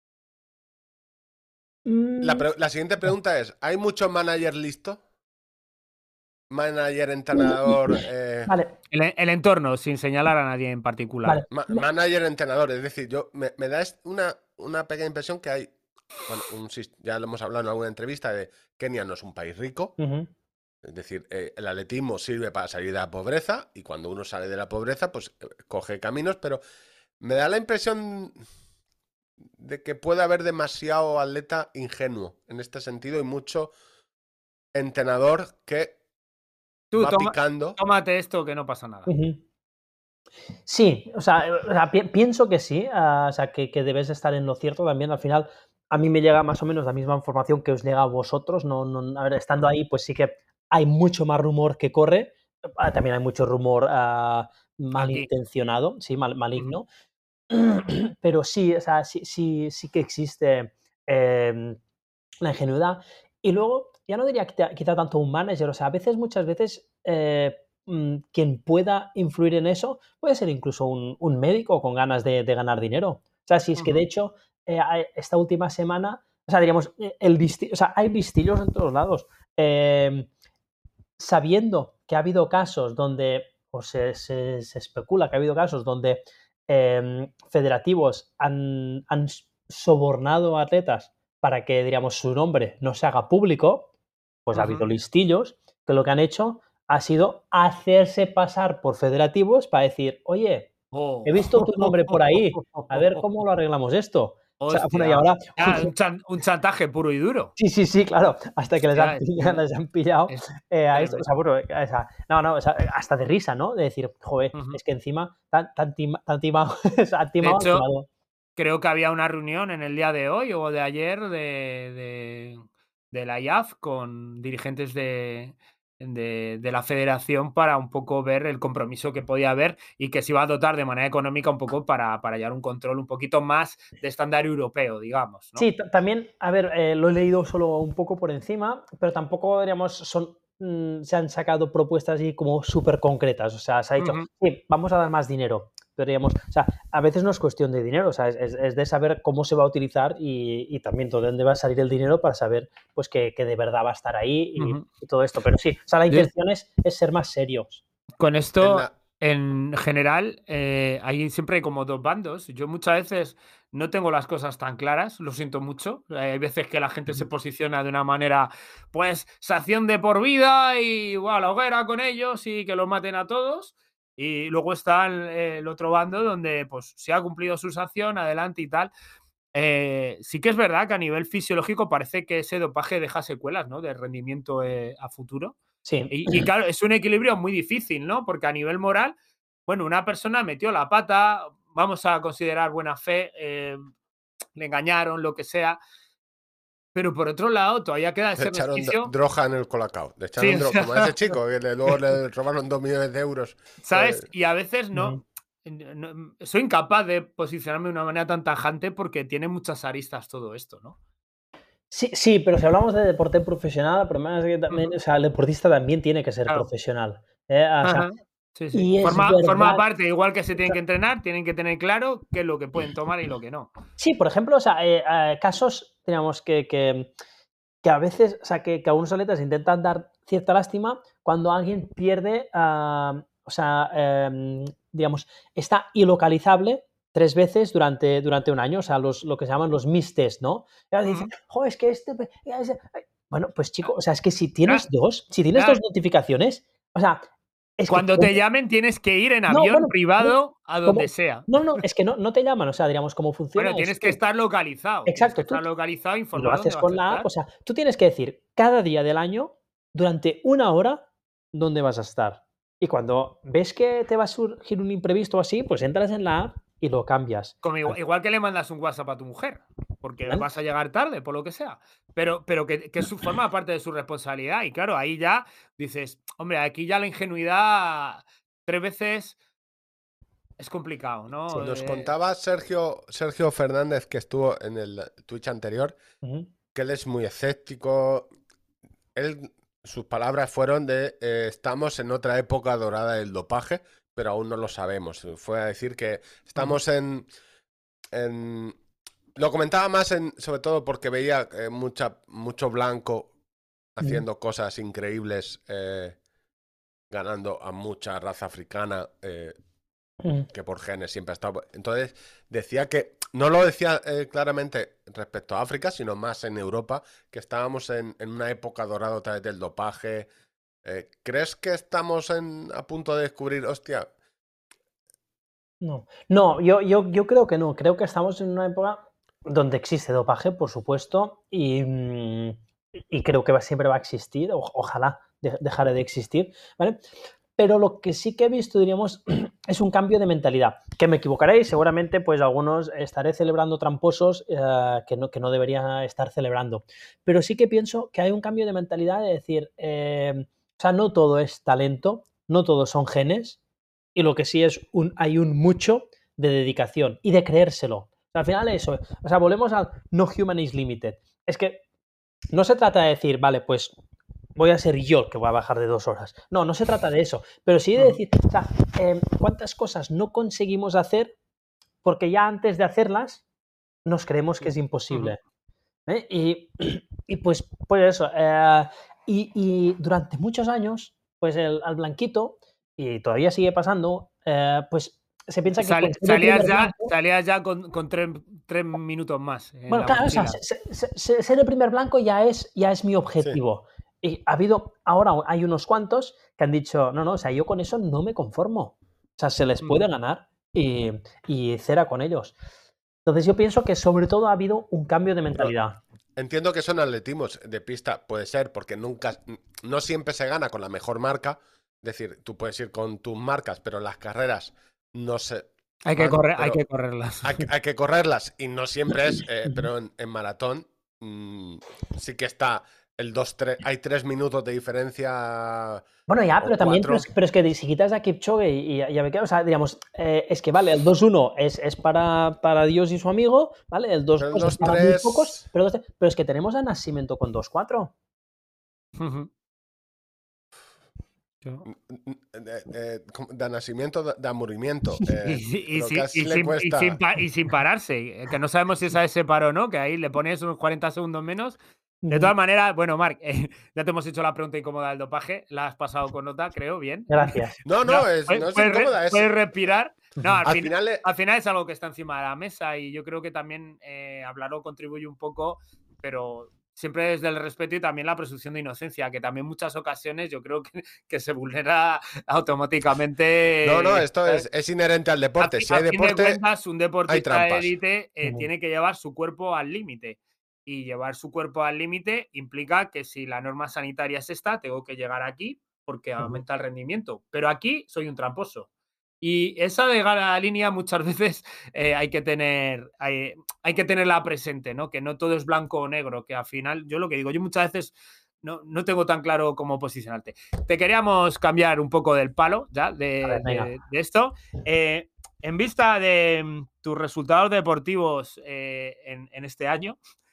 Mm, La siguiente pregunta es: ¿hay mucho manager listo? Manager, entrenador. Vale, el entorno, sin señalar a nadie en particular. vale. Manager, entrenador. Es decir, me da una pequeña impresión que hay. Bueno, ya lo hemos hablado en alguna entrevista de Kenia no es un país rico. Ujú. Es decir, el atletismo sirve para salir de la pobreza y cuando uno sale de la pobreza, pues coge caminos, pero me da la impresión de que puede haber demasiado atleta ingenuo en este sentido y mucho entrenador que Tú, va picando. tómate esto que no pasa nada. Ujú. Sí, o sea, pienso que sí, o sea, que debes estar en lo cierto también. Al final, a mí me llega más o menos la misma información que os llega a vosotros. A ver, estando Ujú. ahí, pues sí que hay mucho más rumor que corre. También hay mucho rumor Aquí. malintencionado, sí, Ujú. maligno. Pero sí, o sea, sí que existe la ingenuidad. Y luego, ya no diría quizá tanto un manager, o sea, muchas veces, quien pueda influir en eso puede ser incluso un médico con ganas de ganar dinero. O sea, si es que de Ujú. hecho, esta última semana, o sea, diríamos, o sea, hay listillos en todos lados. Sabiendo que ha habido casos donde, o se especula que ha habido casos donde federativos han sobornado a atletas para que, diríamos, su nombre no se haga público, pues ha habido Ujú. listillos que lo que han hecho ha sido hacerse pasar por federativos para decir, oye, he visto tu nombre por ahí, a ver cómo lo arreglamos esto. O sea, bueno, y Hostia. ahora, Ah, un chantaje puro y duro. sí, claro, hasta que les han Hostia, pillado, les han pillado es a esto, o sea, tremendo. bueno, o sea, no, o sea, hasta de risa, ¿no? De decir, joder, Ujú. es que encima tan timado, o sea, han De timado al hecho, timador. creo que había una reunión en el día de hoy o de ayer de la IAF con dirigentes de la federación para un poco ver el compromiso que podía haber y que se iba a dotar de manera económica un poco para llevar un control un poquito más de estándar europeo, digamos, ¿no? Sí, también, a ver, lo he leído solo un poco por encima, pero tampoco, diríamos, son se han sacado propuestas así como súper concretas. O sea, se ha dicho, sí, vamos a dar más dinero. Pero digamos, o sea, a veces no es cuestión de dinero, o sea, es de saber cómo se va a utilizar y también de dónde va a salir el dinero para saber pues que de verdad va a estar ahí y todo esto. Pero sí, o sea, la intención es ser más serios. Con esto, en general, hay siempre como dos bandos. Yo muchas veces no tengo las cosas tan claras, lo siento mucho. Hay veces que la gente se posiciona de una manera, pues, sanción de por vida y a la hoguera con ellos y que los maten a todos. Y luego está el otro bando donde, pues, si ha cumplido su sanción, adelante y tal. Sí que es verdad que a nivel fisiológico parece que ese dopaje deja secuelas, ¿no? De rendimiento a futuro. Sí. Y claro, es un equilibrio muy difícil, ¿no? Porque a nivel moral, bueno, una persona metió la pata, vamos a considerar buena fe, le engañaron, lo que sea. Pero por otro lado, todavía queda ese Le echaron resquicio. droga en el Colacao. Le Sí, echaron droga, como a ese chico, que luego le robaron 2 millones de euros. ¿sabes? Y a veces no, soy incapaz de posicionarme de una manera tan tajante porque tiene muchas aristas todo esto, ¿no? Sí, pero si hablamos de deporte profesional, el problema es que también, o sea, el deportista también tiene que ser profesional. O sea, sí. y es Forma verdad. parte, igual que se tienen que entrenar, tienen que tener claro qué es lo que pueden tomar y lo que no. Sí, por ejemplo, o sea, casos, digamos, que a veces, o sea, que a unos atletas intentan dar cierta lástima cuando alguien pierde, o sea, digamos, está ilocalizable 3 veces durante un año, o sea, lo que se llaman los missed test, ¿no? Y ahora dicen, es que bueno, pues chico, o sea, es que si tienes dos notificaciones, o sea, es cuando que te llamen tienes que ir en avión privado a donde sea. No, es que no te llaman, o sea, digamos, cómo funciona. Bueno, tienes que estar localizado. Exacto, Tienes que estar localizado e lo informado haces dónde vas con a la app, estar. o sea, tú tienes que decir cada día del año, durante 1 hora, dónde vas a estar. Y cuando ves que te va a surgir un imprevisto o así, pues entras en la app y lo cambias. Como igual que le mandas un WhatsApp a tu mujer, porque ¿Vale? vas a llegar tarde, por lo que sea. Pero que forma parte de su responsabilidad. Y claro, ahí ya dices, hombre, aquí ya la ingenuidad 3 veces es complicado, ¿no? Nos contaba Sergio Fernández, que estuvo en el Twitch anterior, que él es muy escéptico. Sus palabras fueron de estamos en otra época dorada del dopaje, pero aún no lo sabemos. Fue a decir que estamos en lo comentaba más sobre todo porque veía mucho blanco haciendo cosas increíbles, ganando a mucha raza africana que por genes siempre ha estado. Entonces decía que, no lo decía claramente respecto a África, sino más en Europa, que estábamos en una época dorada otra vez del dopaje. ¿Crees que estamos a punto de descubrir, hostia? No, yo creo que no. Creo que estamos en una época donde existe dopaje, por supuesto, y creo que siempre va a existir. Ojalá dejara de existir, ¿vale? Pero lo que sí que he visto, diríamos, es un cambio de mentalidad. Que me equivocaré y seguramente pues algunos estaré celebrando tramposos que no debería estar celebrando. Pero sí que pienso que hay un cambio de mentalidad de decir, o sea, no todo es talento, no todos son genes, y lo que sí es hay un mucho de dedicación y de creérselo. O sea, al final eso, o sea, volvemos al no human is limited. Es que no se trata de decir, vale, pues voy a ser yo el que voy a bajar de 2 horas. No se trata de eso. Pero sí de decir, o sea, cuántas cosas no conseguimos hacer porque ya antes de hacerlas nos creemos que es imposible. Y pues eso. Y durante muchos años, pues al blanquito, y todavía sigue pasando, pues se piensa que salías ya con 3 minutos más. Bueno, claro, o sea, ser el primer blanco ya es mi objetivo. Sí. Y ahora hay unos cuantos que han dicho, no, o sea, yo con eso no me conformo. O sea, se les puede ganar y cera con ellos. Entonces yo pienso que sobre todo ha habido un cambio de mentalidad. Entiendo que son atletismos de pista, puede ser, porque no siempre se gana con la mejor marca. Es decir, tú puedes ir con tus marcas, pero en las carreras no se... Hay que correrlas. Hay que correrlas y no siempre es, pero en maratón sí que está el 2-3, hay 3 minutos de diferencia. Bueno, ya, pero también, pero es que si quitas a Kipchoge y ya me quedo, o sea, digamos, es que vale, el 2-1 es para Dios y su amigo, ¿vale? El 2-2 es para muy pocos, pero es que tenemos a Nascimento con 2-4. de nacimiento, de aburrimiento. Y Lo que así le cuesta. sin pararse, que no sabemos si esa es ese paro o no, que ahí le pones unos 40 segundos menos. De Ujú. todas maneras, bueno, Marc, ya te hemos hecho la pregunta incómoda del dopaje, la has pasado con nota, creo, bien. Gracias. No, No, no es incómoda. puedes respirar. No, Al final, al final es algo que está encima de la mesa y yo creo que también hablarlo contribuye un poco, pero siempre desde el respeto y también la presunción de inocencia, que también en muchas ocasiones yo creo que se vulnera automáticamente. no, esto es inherente al deporte. Si hay A fin de deporte, cuentas, un hay deportista de trampas. élite tiene que llevar su cuerpo al límite. Y llevar su cuerpo al límite implica que si la norma sanitaria es esta, tengo que llegar aquí porque aumenta el rendimiento. Pero aquí soy un tramposo. Y esa de llegar a la línea muchas veces hay que tenerla presente, ¿no? Que no todo es blanco o negro, que al final, yo lo que digo, yo muchas veces no tengo tan claro cómo posicionarte. Te queríamos cambiar un poco del palo ya de esto. En vista de tus resultados deportivos en este año,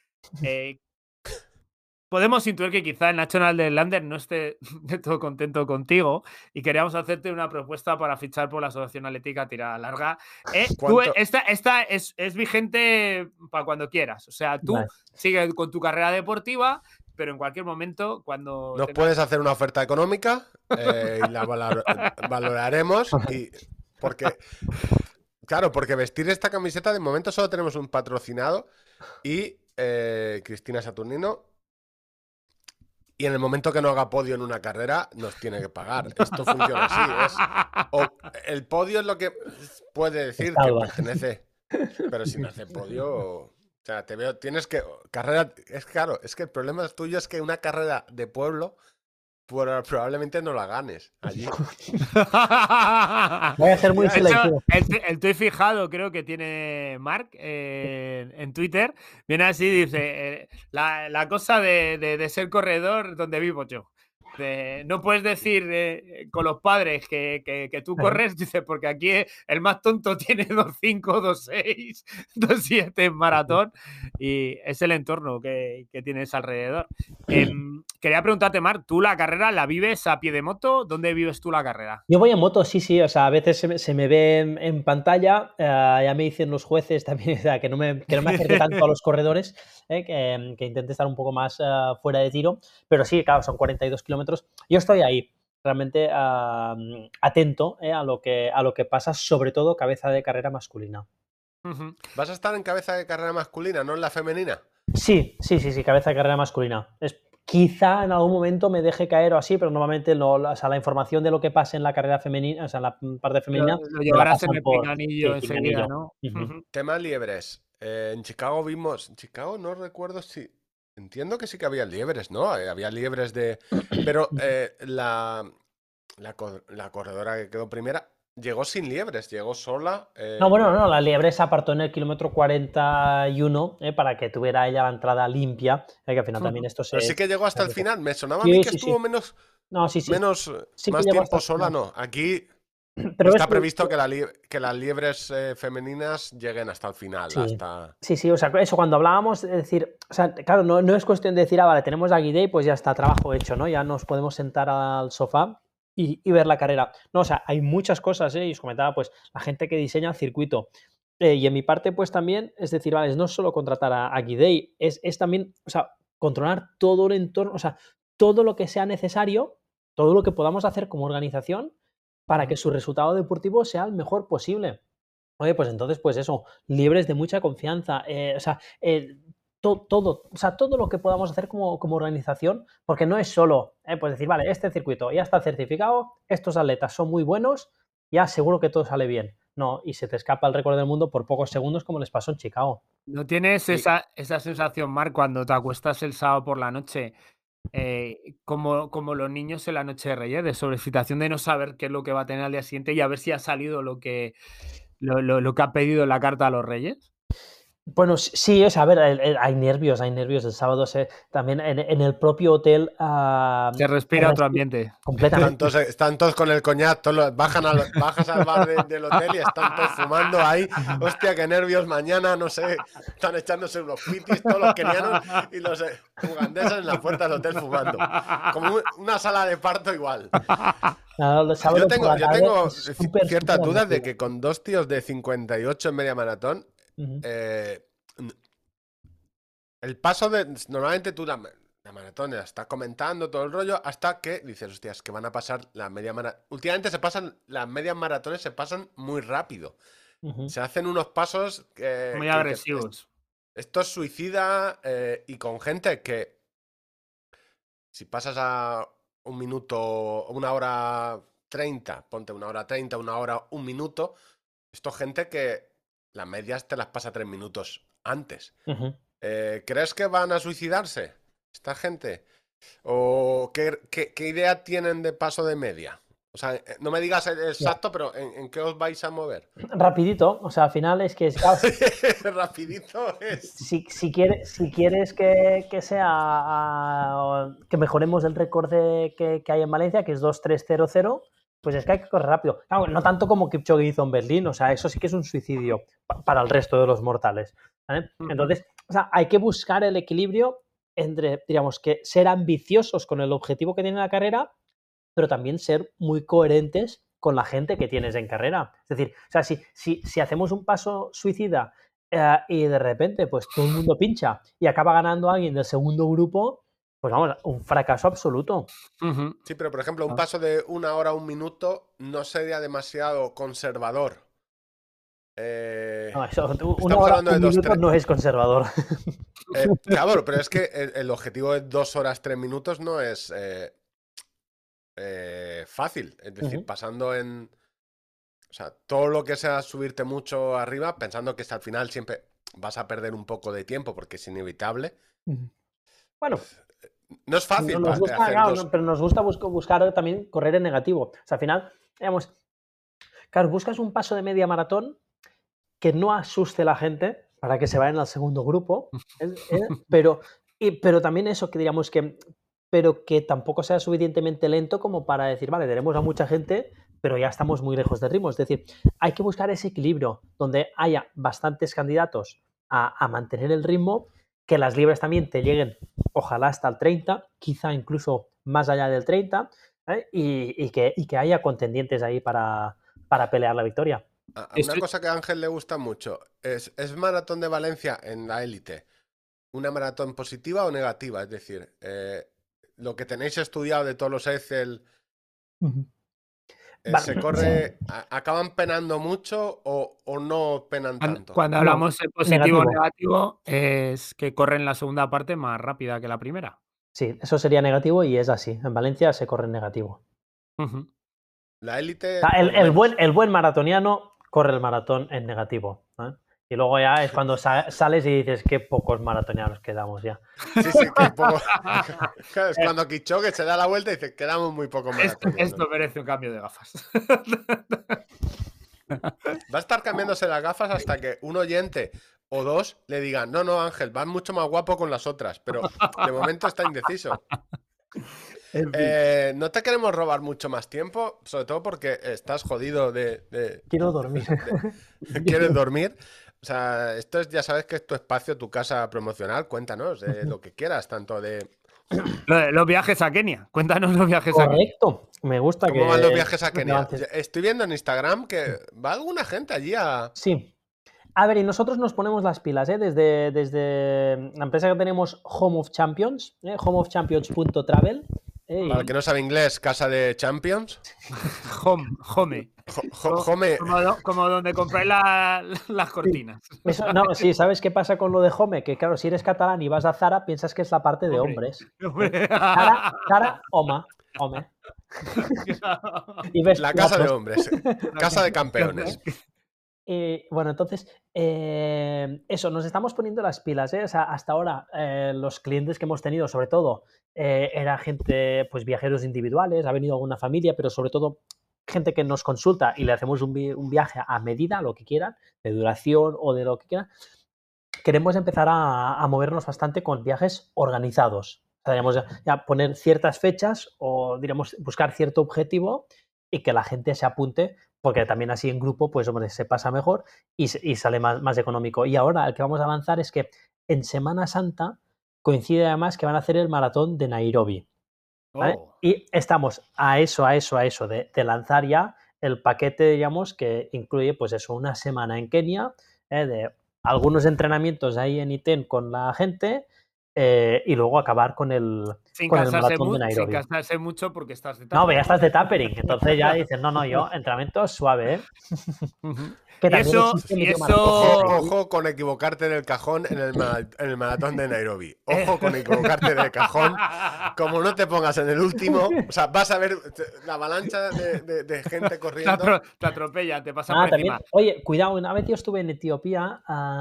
podemos intuir que quizá el National de Lander no esté de todo contento contigo y queríamos hacerte una propuesta para fichar por la Asociación Atlética Tirada Larga. Esta es vigente para cuando quieras. O sea, tú sigues con tu carrera deportiva, pero en cualquier momento, cuando nos puedes hacer una oferta económica y la valoraremos. Y porque vestir esta camiseta de momento solo tenemos un patrocinado y Cristina Saturnino, y en el momento que no haga podio en una carrera nos tiene que pagar. Esto funciona así. El podio es lo que puede decir que pertenece, pero si no hace podio, o sea, te veo, tienes que carrera, es claro, es que el problema tuyo es que una carrera de pueblo probablemente no la ganes allí. Voy a ser muy selectivo. El tuit fijado creo que tiene Marc en Twitter. Viene así, dice, la cosa de ser corredor donde vivo yo. No puedes decir con los padres que tú corres, dice, porque aquí el más tonto tiene 2.5, 2.6, 2.7 en maratón y es el entorno que tienes alrededor. Quería preguntarte, Marc, ¿tú la carrera la vives a pie de moto? ¿Dónde vives tú la carrera? Yo voy en moto, sí, o sea, a veces se me ve en pantalla, ya me dicen los jueces también, o sea, que no me acerque tanto a los corredores, que intente estar un poco más fuera de tiro, pero sí, claro, son 42 kilómetros. Yo estoy ahí, realmente atento a lo que pasa, sobre todo cabeza de carrera masculina. ¿Vas a estar en cabeza de carrera masculina, no en la femenina? Sí, cabeza de carrera masculina. Quizá en algún momento me deje caer o así, pero normalmente o sea, la información de lo que pasa en la carrera femenina, o sea, en la parte femenina, lo llevarás en el pinganillo enseguida, ¿no? Tema liebres. En Chicago vimos... En Chicago no recuerdo si... Entiendo que sí que había liebres, ¿no? Había liebres de... Pero la corredora que quedó primera llegó sin liebres, llegó sola. No, la liebre se apartó en el kilómetro 41 para que tuviera ella la entrada limpia, que al final también esto se... Pero sí que llegó hasta el final, me sonaba a mí que estuvo menos... No, sí. Más tiempo sola, no. Aquí pero está previsto que las liebres femeninas lleguen hasta el final. Sí, o sea, eso cuando hablábamos, es decir, o sea, claro, no es cuestión de decir, vale, tenemos a Guidey, pues ya está, trabajo hecho, ¿no? Ya nos podemos sentar al sofá y ver la carrera. No, o sea, hay muchas cosas, y os comentaba, pues, la gente que diseña el circuito. Y en mi parte, pues también, es decir, vale, no solo contratar a Guidey, es también, o sea, controlar todo el entorno, o sea, todo lo que sea necesario, todo lo que podamos hacer como organización para que su resultado deportivo sea el mejor posible. Oye, pues entonces, pues eso, libres de mucha confianza, o sea, todo lo que podamos hacer como organización, porque no es solo, pues decir, vale, este circuito ya está certificado, estos atletas son muy buenos, ya seguro que todo sale bien. No, y se te escapa el récord del mundo por pocos segundos como les pasó en Chicago. ¿No tienes esa sensación, Marc, cuando te acuestas el sábado por la noche, como los niños en la noche de Reyes, de sobreexcitación de no saber qué es lo que va a tener al día siguiente y a ver si ha salido lo que ha pedido en la carta a los Reyes? Bueno, sí, o sea, a ver, hay nervios. El sábado también en el propio hotel Se respira otro ambiente. completamente. Están todos con el coñac, bajas al bar del hotel y están todos fumando ahí. Hostia, qué nervios, mañana, no sé, están echándose unos pitis todos los kenianos y los ugandeses en la puerta del hotel fumando. Como una sala de parto igual. Yo tengo ciertas dudas de que con 2 tíos de 58 en media maratón, el paso de... Normalmente tú la maratón la estás comentando todo el rollo hasta que dices, hostias, que van a pasar la media maratón. Últimamente las medias maratones se pasan muy rápido. Se hacen unos pasos muy agresivos. Esto es suicida y con gente que si pasas a 1 minuto, 1h30, ponte 1h30, 1 hora, 1 minuto, esto es gente que las medias te las pasa 3 minutos antes. ¿Crees que van a suicidarse esta gente? ¿O qué idea tienen de paso de media? O sea, no me digas exacto, pero ¿en qué os vais a mover? Rapidito, o sea, al final es que... Rapidito es... Si quieres que sea... que mejoremos el récord que hay en Valencia, que es 2:3:00, pues es que hay que correr rápido. Claro, no tanto como Kipchoge hizo en Berlín, o sea, eso sí que es un suicidio para el resto de los mortales, ¿vale? Entonces, o sea, hay que buscar el equilibrio entre, digamos, que ser ambiciosos con el objetivo que tiene la carrera, pero también ser muy coherentes con la gente que tienes en carrera. Es decir, o sea, si hacemos un paso suicida y de repente pues todo el mundo pincha y acaba ganando alguien del segundo grupo, pues vamos, un fracaso absoluto. Sí, pero por ejemplo, un paso de 1 hora, 1 minuto no sería demasiado conservador. No, eso, 1 hora, 1 minuto no es conservador. Claro, pero es que el objetivo de 2 horas, 3 minutos no es fácil. Es decir, pasando en... O sea, todo lo que sea subirte mucho arriba, pensando que al final siempre vas a perder un poco de tiempo porque es inevitable. Bueno, no es fácil. Nos gusta, claro, pero nos gusta buscar también correr en negativo. O sea, al final, digamos, claro, buscas un paso de media maratón que no asuste a la gente para que se vayan al segundo grupo, pero también eso, que digamos que, pero que tampoco sea suficientemente lento como para decir, vale, tenemos a mucha gente, pero ya estamos muy lejos del ritmo. Es decir, hay que buscar ese equilibrio donde haya bastantes candidatos a mantener el ritmo, que las libres también te lleguen, ojalá hasta el 30, quizá incluso más allá del 30, y que haya contendientes ahí para pelear la victoria. Una cosa que a Ángel le gusta mucho es Maratón de Valencia en la élite. ¿Una maratón positiva o negativa? Es decir, lo que tenéis estudiado de todos los Excel, ¿se corre, acaban penando mucho o no penan tanto? Cuando hablamos de positivo o negativo, es que corren la segunda parte más rápida que la primera. Sí, eso sería negativo y es así. En Valencia se corre en negativo. La élite... O sea, el buen maratoniano corre el maratón en negativo, ¿eh? Y luego ya es cuando sales y dices qué pocos maratonianos quedamos ya. Sí, qué poco. Claro, es cuando Kipchoge se da la vuelta y dice quedamos muy pocos maratonianos. Esto merece un cambio de gafas. Va a estar cambiándose las gafas hasta que un oyente o dos le digan, no, Ángel, vas mucho más guapo con las otras, pero de momento está indeciso. No te queremos robar mucho más tiempo, sobre todo porque estás jodido de... Quiero dormir. ¿Quieres dormir? O sea, esto es, ya sabes que es tu espacio, tu casa promocional. Cuéntanos lo que quieras, tanto de... Los viajes a Kenia. Cuéntanos los viajes a Kenia. Correcto. Me gusta ¿Cómo van los viajes a Kenia? Estoy viendo en Instagram que va alguna gente allí a... Sí. A ver, y nosotros nos ponemos las pilas, ¿eh? Desde la empresa que tenemos Home of Champions, homeofchampions.travel. Para el que no sabe inglés, casa de Champions. Home. Como donde compráis las cortinas. Eso, no, sí, ¿sabes qué pasa con lo de Home? Que claro, si eres catalán y vas a Zara, piensas que es la parte de hombres. Zara, Home. Y ves la casa de hombres, casa de campeones. Bueno, entonces, eso, nos estamos poniendo las pilas, ¿eh? O sea, hasta ahora los clientes que hemos tenido, sobre todo, era gente, pues viajeros individuales, ha venido alguna familia, pero sobre todo gente que nos consulta y le hacemos un viaje a medida, lo que quieran, de duración o de lo que quieran. queremos empezar a movernos bastante con viajes organizados. O sea, digamos, ya poner ciertas fechas o, diríamos, buscar cierto objetivo y que la gente se apunte, porque también así en grupo, pues, hombre, se pasa mejor y sale más económico. Y ahora el que vamos a lanzar es que en Semana Santa coincide además que van a hacer el maratón de Nairobi. ¿Vale? Oh. Y estamos a eso de lanzar ya el paquete, digamos, que incluye, pues eso, una semana en Kenia, de algunos entrenamientos ahí en Iten con la gente y luego acabar con el maratón de Nairobi. Sin cansarse mucho porque estás de No, tapering. pero ya estás de tapering, entonces ya dices, no, yo, entrenamiento suave, ¿eh? Que Y eso, Ojo con equivocarte en el cajón en el maratón de Nairobi. Ojo con equivocarte en el cajón. Como no te pongas en el último, o sea, vas a ver la avalancha de gente corriendo. Te atropella, te pasa por también, encima. oye, cuidado, una vez yo estuve en Etiopía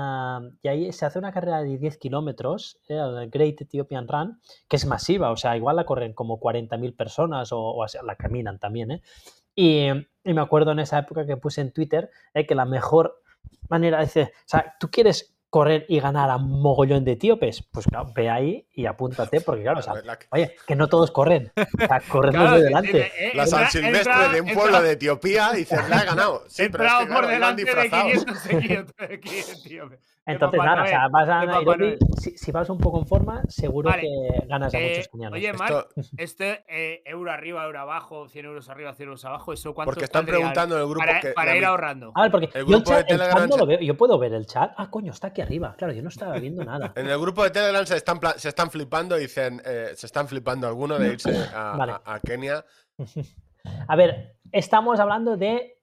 y ahí se hace una carrera de 10 kilómetros, el Great Ethiopian Run, que es masiva, o sea, igual la corren como 40.000 personas o así, la caminan también, ¿eh? Y me acuerdo en esa época que puse en Twitter que la mejor manera, dice, o sea, ¿tú quieres correr y ganar a un mogollón de etíopes? Pues claro, ve ahí y apúntate, porque claro, o sea, oye, que no todos corren, o sea, corrernos de delante. La San Silvestre de un pueblo de Etiopía y dices, la he ganado. Sí, pero es que, por delante de 500 etíopes. Entonces, nada, o sea, vas a Nairobi, si vas un poco en forma, seguro que ganas a muchos kenianos. Oye, Marc, euro arriba, euro abajo, 100 euros arriba, 100 euros abajo, ¿eso cuánto porque están preguntando en el grupo para ir ahorrando? A ver, porque el grupo yo de Telegram el chat no lo veo, yo puedo ver el chat. Ah, coño, está aquí arriba. Claro, yo no estaba viendo nada. En el grupo de Telegram se están flipando y dicen, se están flipando algunos de irse a Kenia. A ver, estamos hablando de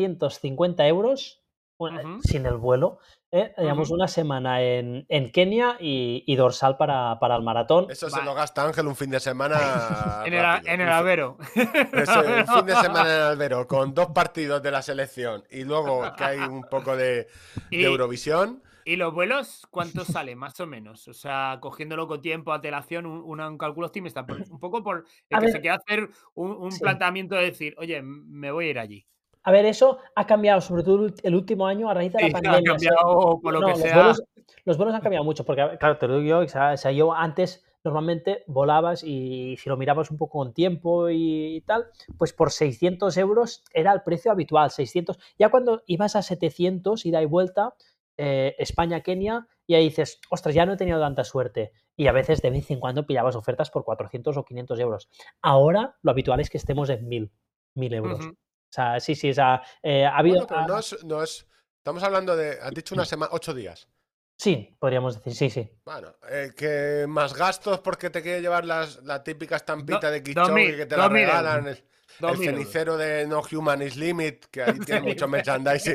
850 euros sin el vuelo. Digamos, una semana en Kenia y dorsal para el maratón. Eso se lo gasta Ángel un fin de semana en el albero. Un fin de semana en el albero con 2 partidos de la selección y luego que hay un poco de Eurovisión. ¿Y los vuelos cuánto sale, más o menos? O sea, cogiéndolo con tiempo, antelación, un cálculo optimista. Un poco por el que se quiera hacer un planteamiento de decir, oye, me voy a ir allí. A ver, eso ha cambiado, sobre todo el último año a raíz de la pandemia. Ha cambiado por lo que sea. Los vuelos han cambiado mucho, porque, claro, te lo digo yo, o sea, yo antes normalmente volabas y si lo mirabas un poco con tiempo y tal, pues por 600 euros era el precio habitual, 600. Ya cuando ibas a 700, ida y vuelta, España-Kenia, y ahí dices, ostras, ya no he tenido tanta suerte. Y a veces de vez en cuando pillabas ofertas por 400 o 500 euros. Ahora lo habitual es que estemos en 1.000 euros. O sea, sí, o sea, ha habido... Bueno, pero no es... Estamos hablando de... Has dicho una semana, 8 días. Sí, podríamos decir, sí. Bueno, que más gastos porque te quiere llevar la típica estampita de Kipchoge que te la regalan. El cenicero de No Human is Limit, que ahí tiene mucho merchandising.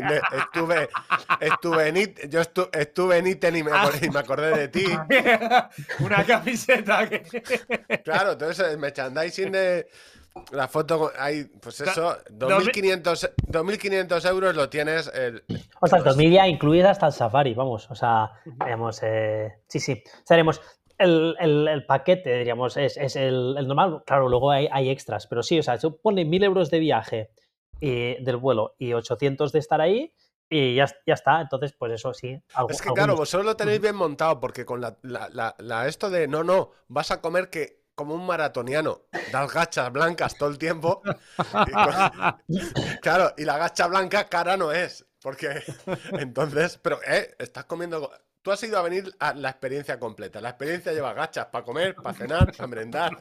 Estuve en Iten y me acordé de ti. Una camiseta que... Claro, entonces el merchandising de... La foto, hay, pues eso, 2.500 euros lo tienes. O sea, 2.000 ya incluyes hasta el safari, vamos. O sea, digamos, sí. O sea, digamos, el paquete, diríamos, es el normal. Claro, luego hay extras, pero sí, o sea, pone 1.000 euros de viaje del vuelo y 800 de estar ahí. Y ya está, entonces, pues eso sí. Es que claro, vosotros lo tenéis bien montado, porque con esto de no, vas a comer que como un maratoniano, das gachas blancas todo el tiempo. Claro, y la gacha blanca cara no es, porque entonces, pero estás comiendo... Tú has ido a venir a la experiencia completa. La experiencia lleva gachas para comer, para cenar, para merendar.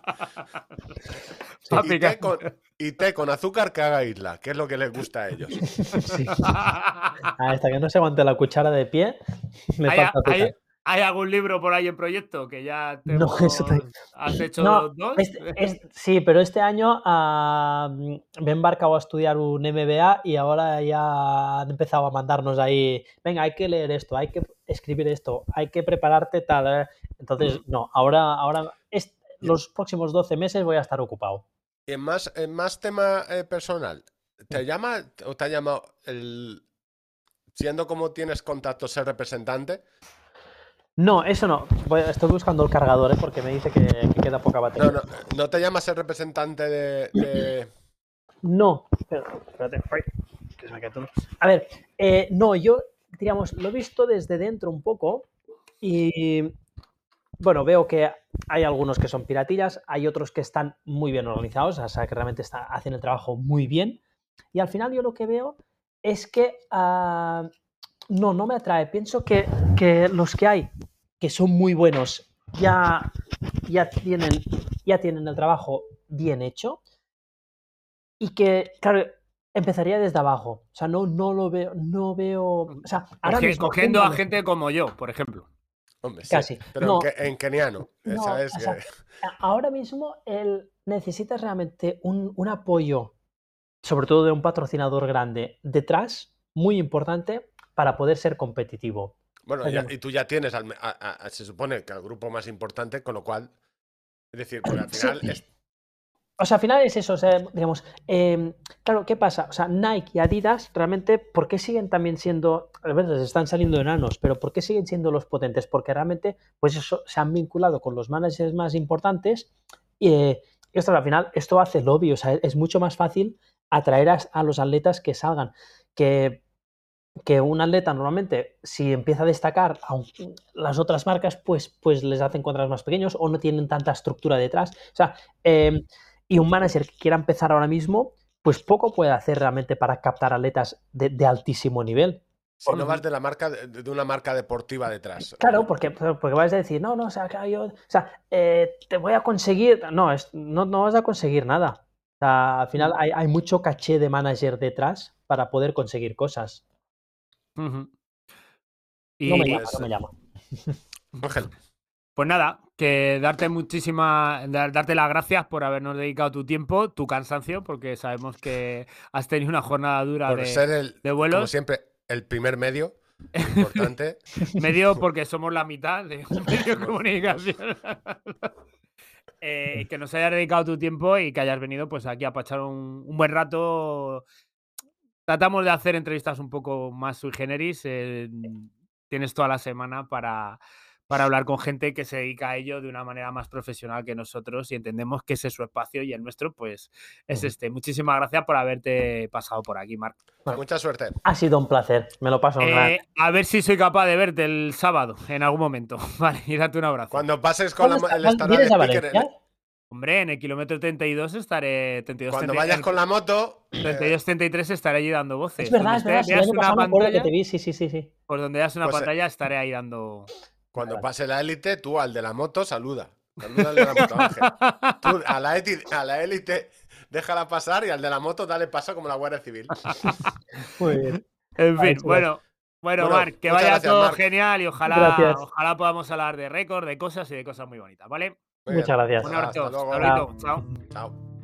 Y té con azúcar que haga isla, que es lo que les gusta a ellos. Sí. Hasta que no se aguante la cuchara de pie, me falta azúcar. ¿Hay algún libro por ahí en proyecto que ya has hecho dos? Sí, pero este año me he embarcado a estudiar un MBA y ahora ya han empezado a mandarnos ahí, venga, hay que leer esto, hay que escribir esto, hay que prepararte tal. Entonces, no, ahora los próximos 12 meses voy a estar ocupado. Y en más tema personal, ¿te llama o te ha llamado siendo como tienes contacto ser representante? No, eso no. Estoy buscando el cargador, porque me dice que queda poca batería. ¿No te llamas ser representante de...? No. Espérate. A ver, no, yo, digamos, lo he visto desde dentro un poco Y bueno, veo que hay algunos que son piratillas, hay otros que están muy bien organizados, o sea, que realmente hacen el trabajo muy bien. Y al final yo lo que veo es que no me atrae. Pienso que los que hay, que son muy buenos, ya tienen el trabajo bien hecho y que, claro, empezaría desde abajo. O sea, no lo veo, o sea, ahora mismo, cogiendo a gente como yo, por ejemplo. Hombre, sí, casi. pero No, en keniano, no, ¿sabes? o sea, ahora mismo necesitas realmente un apoyo, sobre todo de un patrocinador grande, detrás, muy importante, para poder ser competitivo. Bueno, y tú ya tienes, se supone que al grupo más importante, con lo cual, es decir, porque al final Sí. O sea, al final es eso, o sea, digamos, claro, ¿qué pasa? O sea, Nike y Adidas, realmente, ¿por qué siguen también siendo, a veces están saliendo enanos, pero ¿por qué siguen siendo los potentes? Porque realmente, pues eso, se han vinculado con los managers más importantes y esto al final, esto hace lobby, o sea, es mucho más fácil atraer a los atletas que salgan, que un atleta normalmente, si empieza a destacar, las otras marcas, pues les hacen contratos más pequeños o no tienen tanta estructura detrás. O sea, y un manager que quiera empezar ahora mismo, pues poco puede hacer realmente para captar atletas de altísimo nivel. Si no vas de la marca de una marca deportiva detrás. Claro, porque vas a decir, no, o sea, claro, yo, o sea, te voy a conseguir. No, no vas a conseguir nada. O sea, al final hay mucho caché de manager detrás para poder conseguir cosas. Y no me llama. Ángel. Pues nada, que darte las gracias por habernos dedicado tu tiempo, tu cansancio, porque sabemos que has tenido una jornada dura por ser de vuelos. Como siempre, el primer medio importante. Medio porque somos la mitad de un medio de comunicación. Que nos hayas dedicado tu tiempo y que hayas venido pues aquí a pasar un buen rato. Tratamos de hacer entrevistas un poco más sui generis. Tienes toda la semana para hablar con gente que se dedica a ello de una manera más profesional que nosotros y entendemos que ese es su espacio y el nuestro pues es este. Muchísimas gracias por haberte pasado por aquí, Marc. Bueno, mucha suerte. Ha sido un placer, me lo paso a ver si soy capaz de verte el sábado en algún momento. Vale, y date un abrazo. Cuando pases con el stand de speaker. Hombre, en el kilómetro 32 estaré. 32, cuando vayas con la moto. 32-33 estaré allí dando voces. Es verdad, veas una pantalla, que te vi, sí. Por donde veas una pantalla estaré ahí dando. Cuando pase la élite, tú al de la moto saluda. Saluda al de la moto, Ángel. Tú a la élite déjala pasar y al de la moto dale paso como la Guardia Civil. Muy bien. En fin, bueno, Marc, que vaya todo Marc. Genial y ojalá podamos hablar de récord, de cosas y de cosas muy bonitas, ¿vale? Muchas gracias. Un abrazo. Hasta luego. Chao. Chao.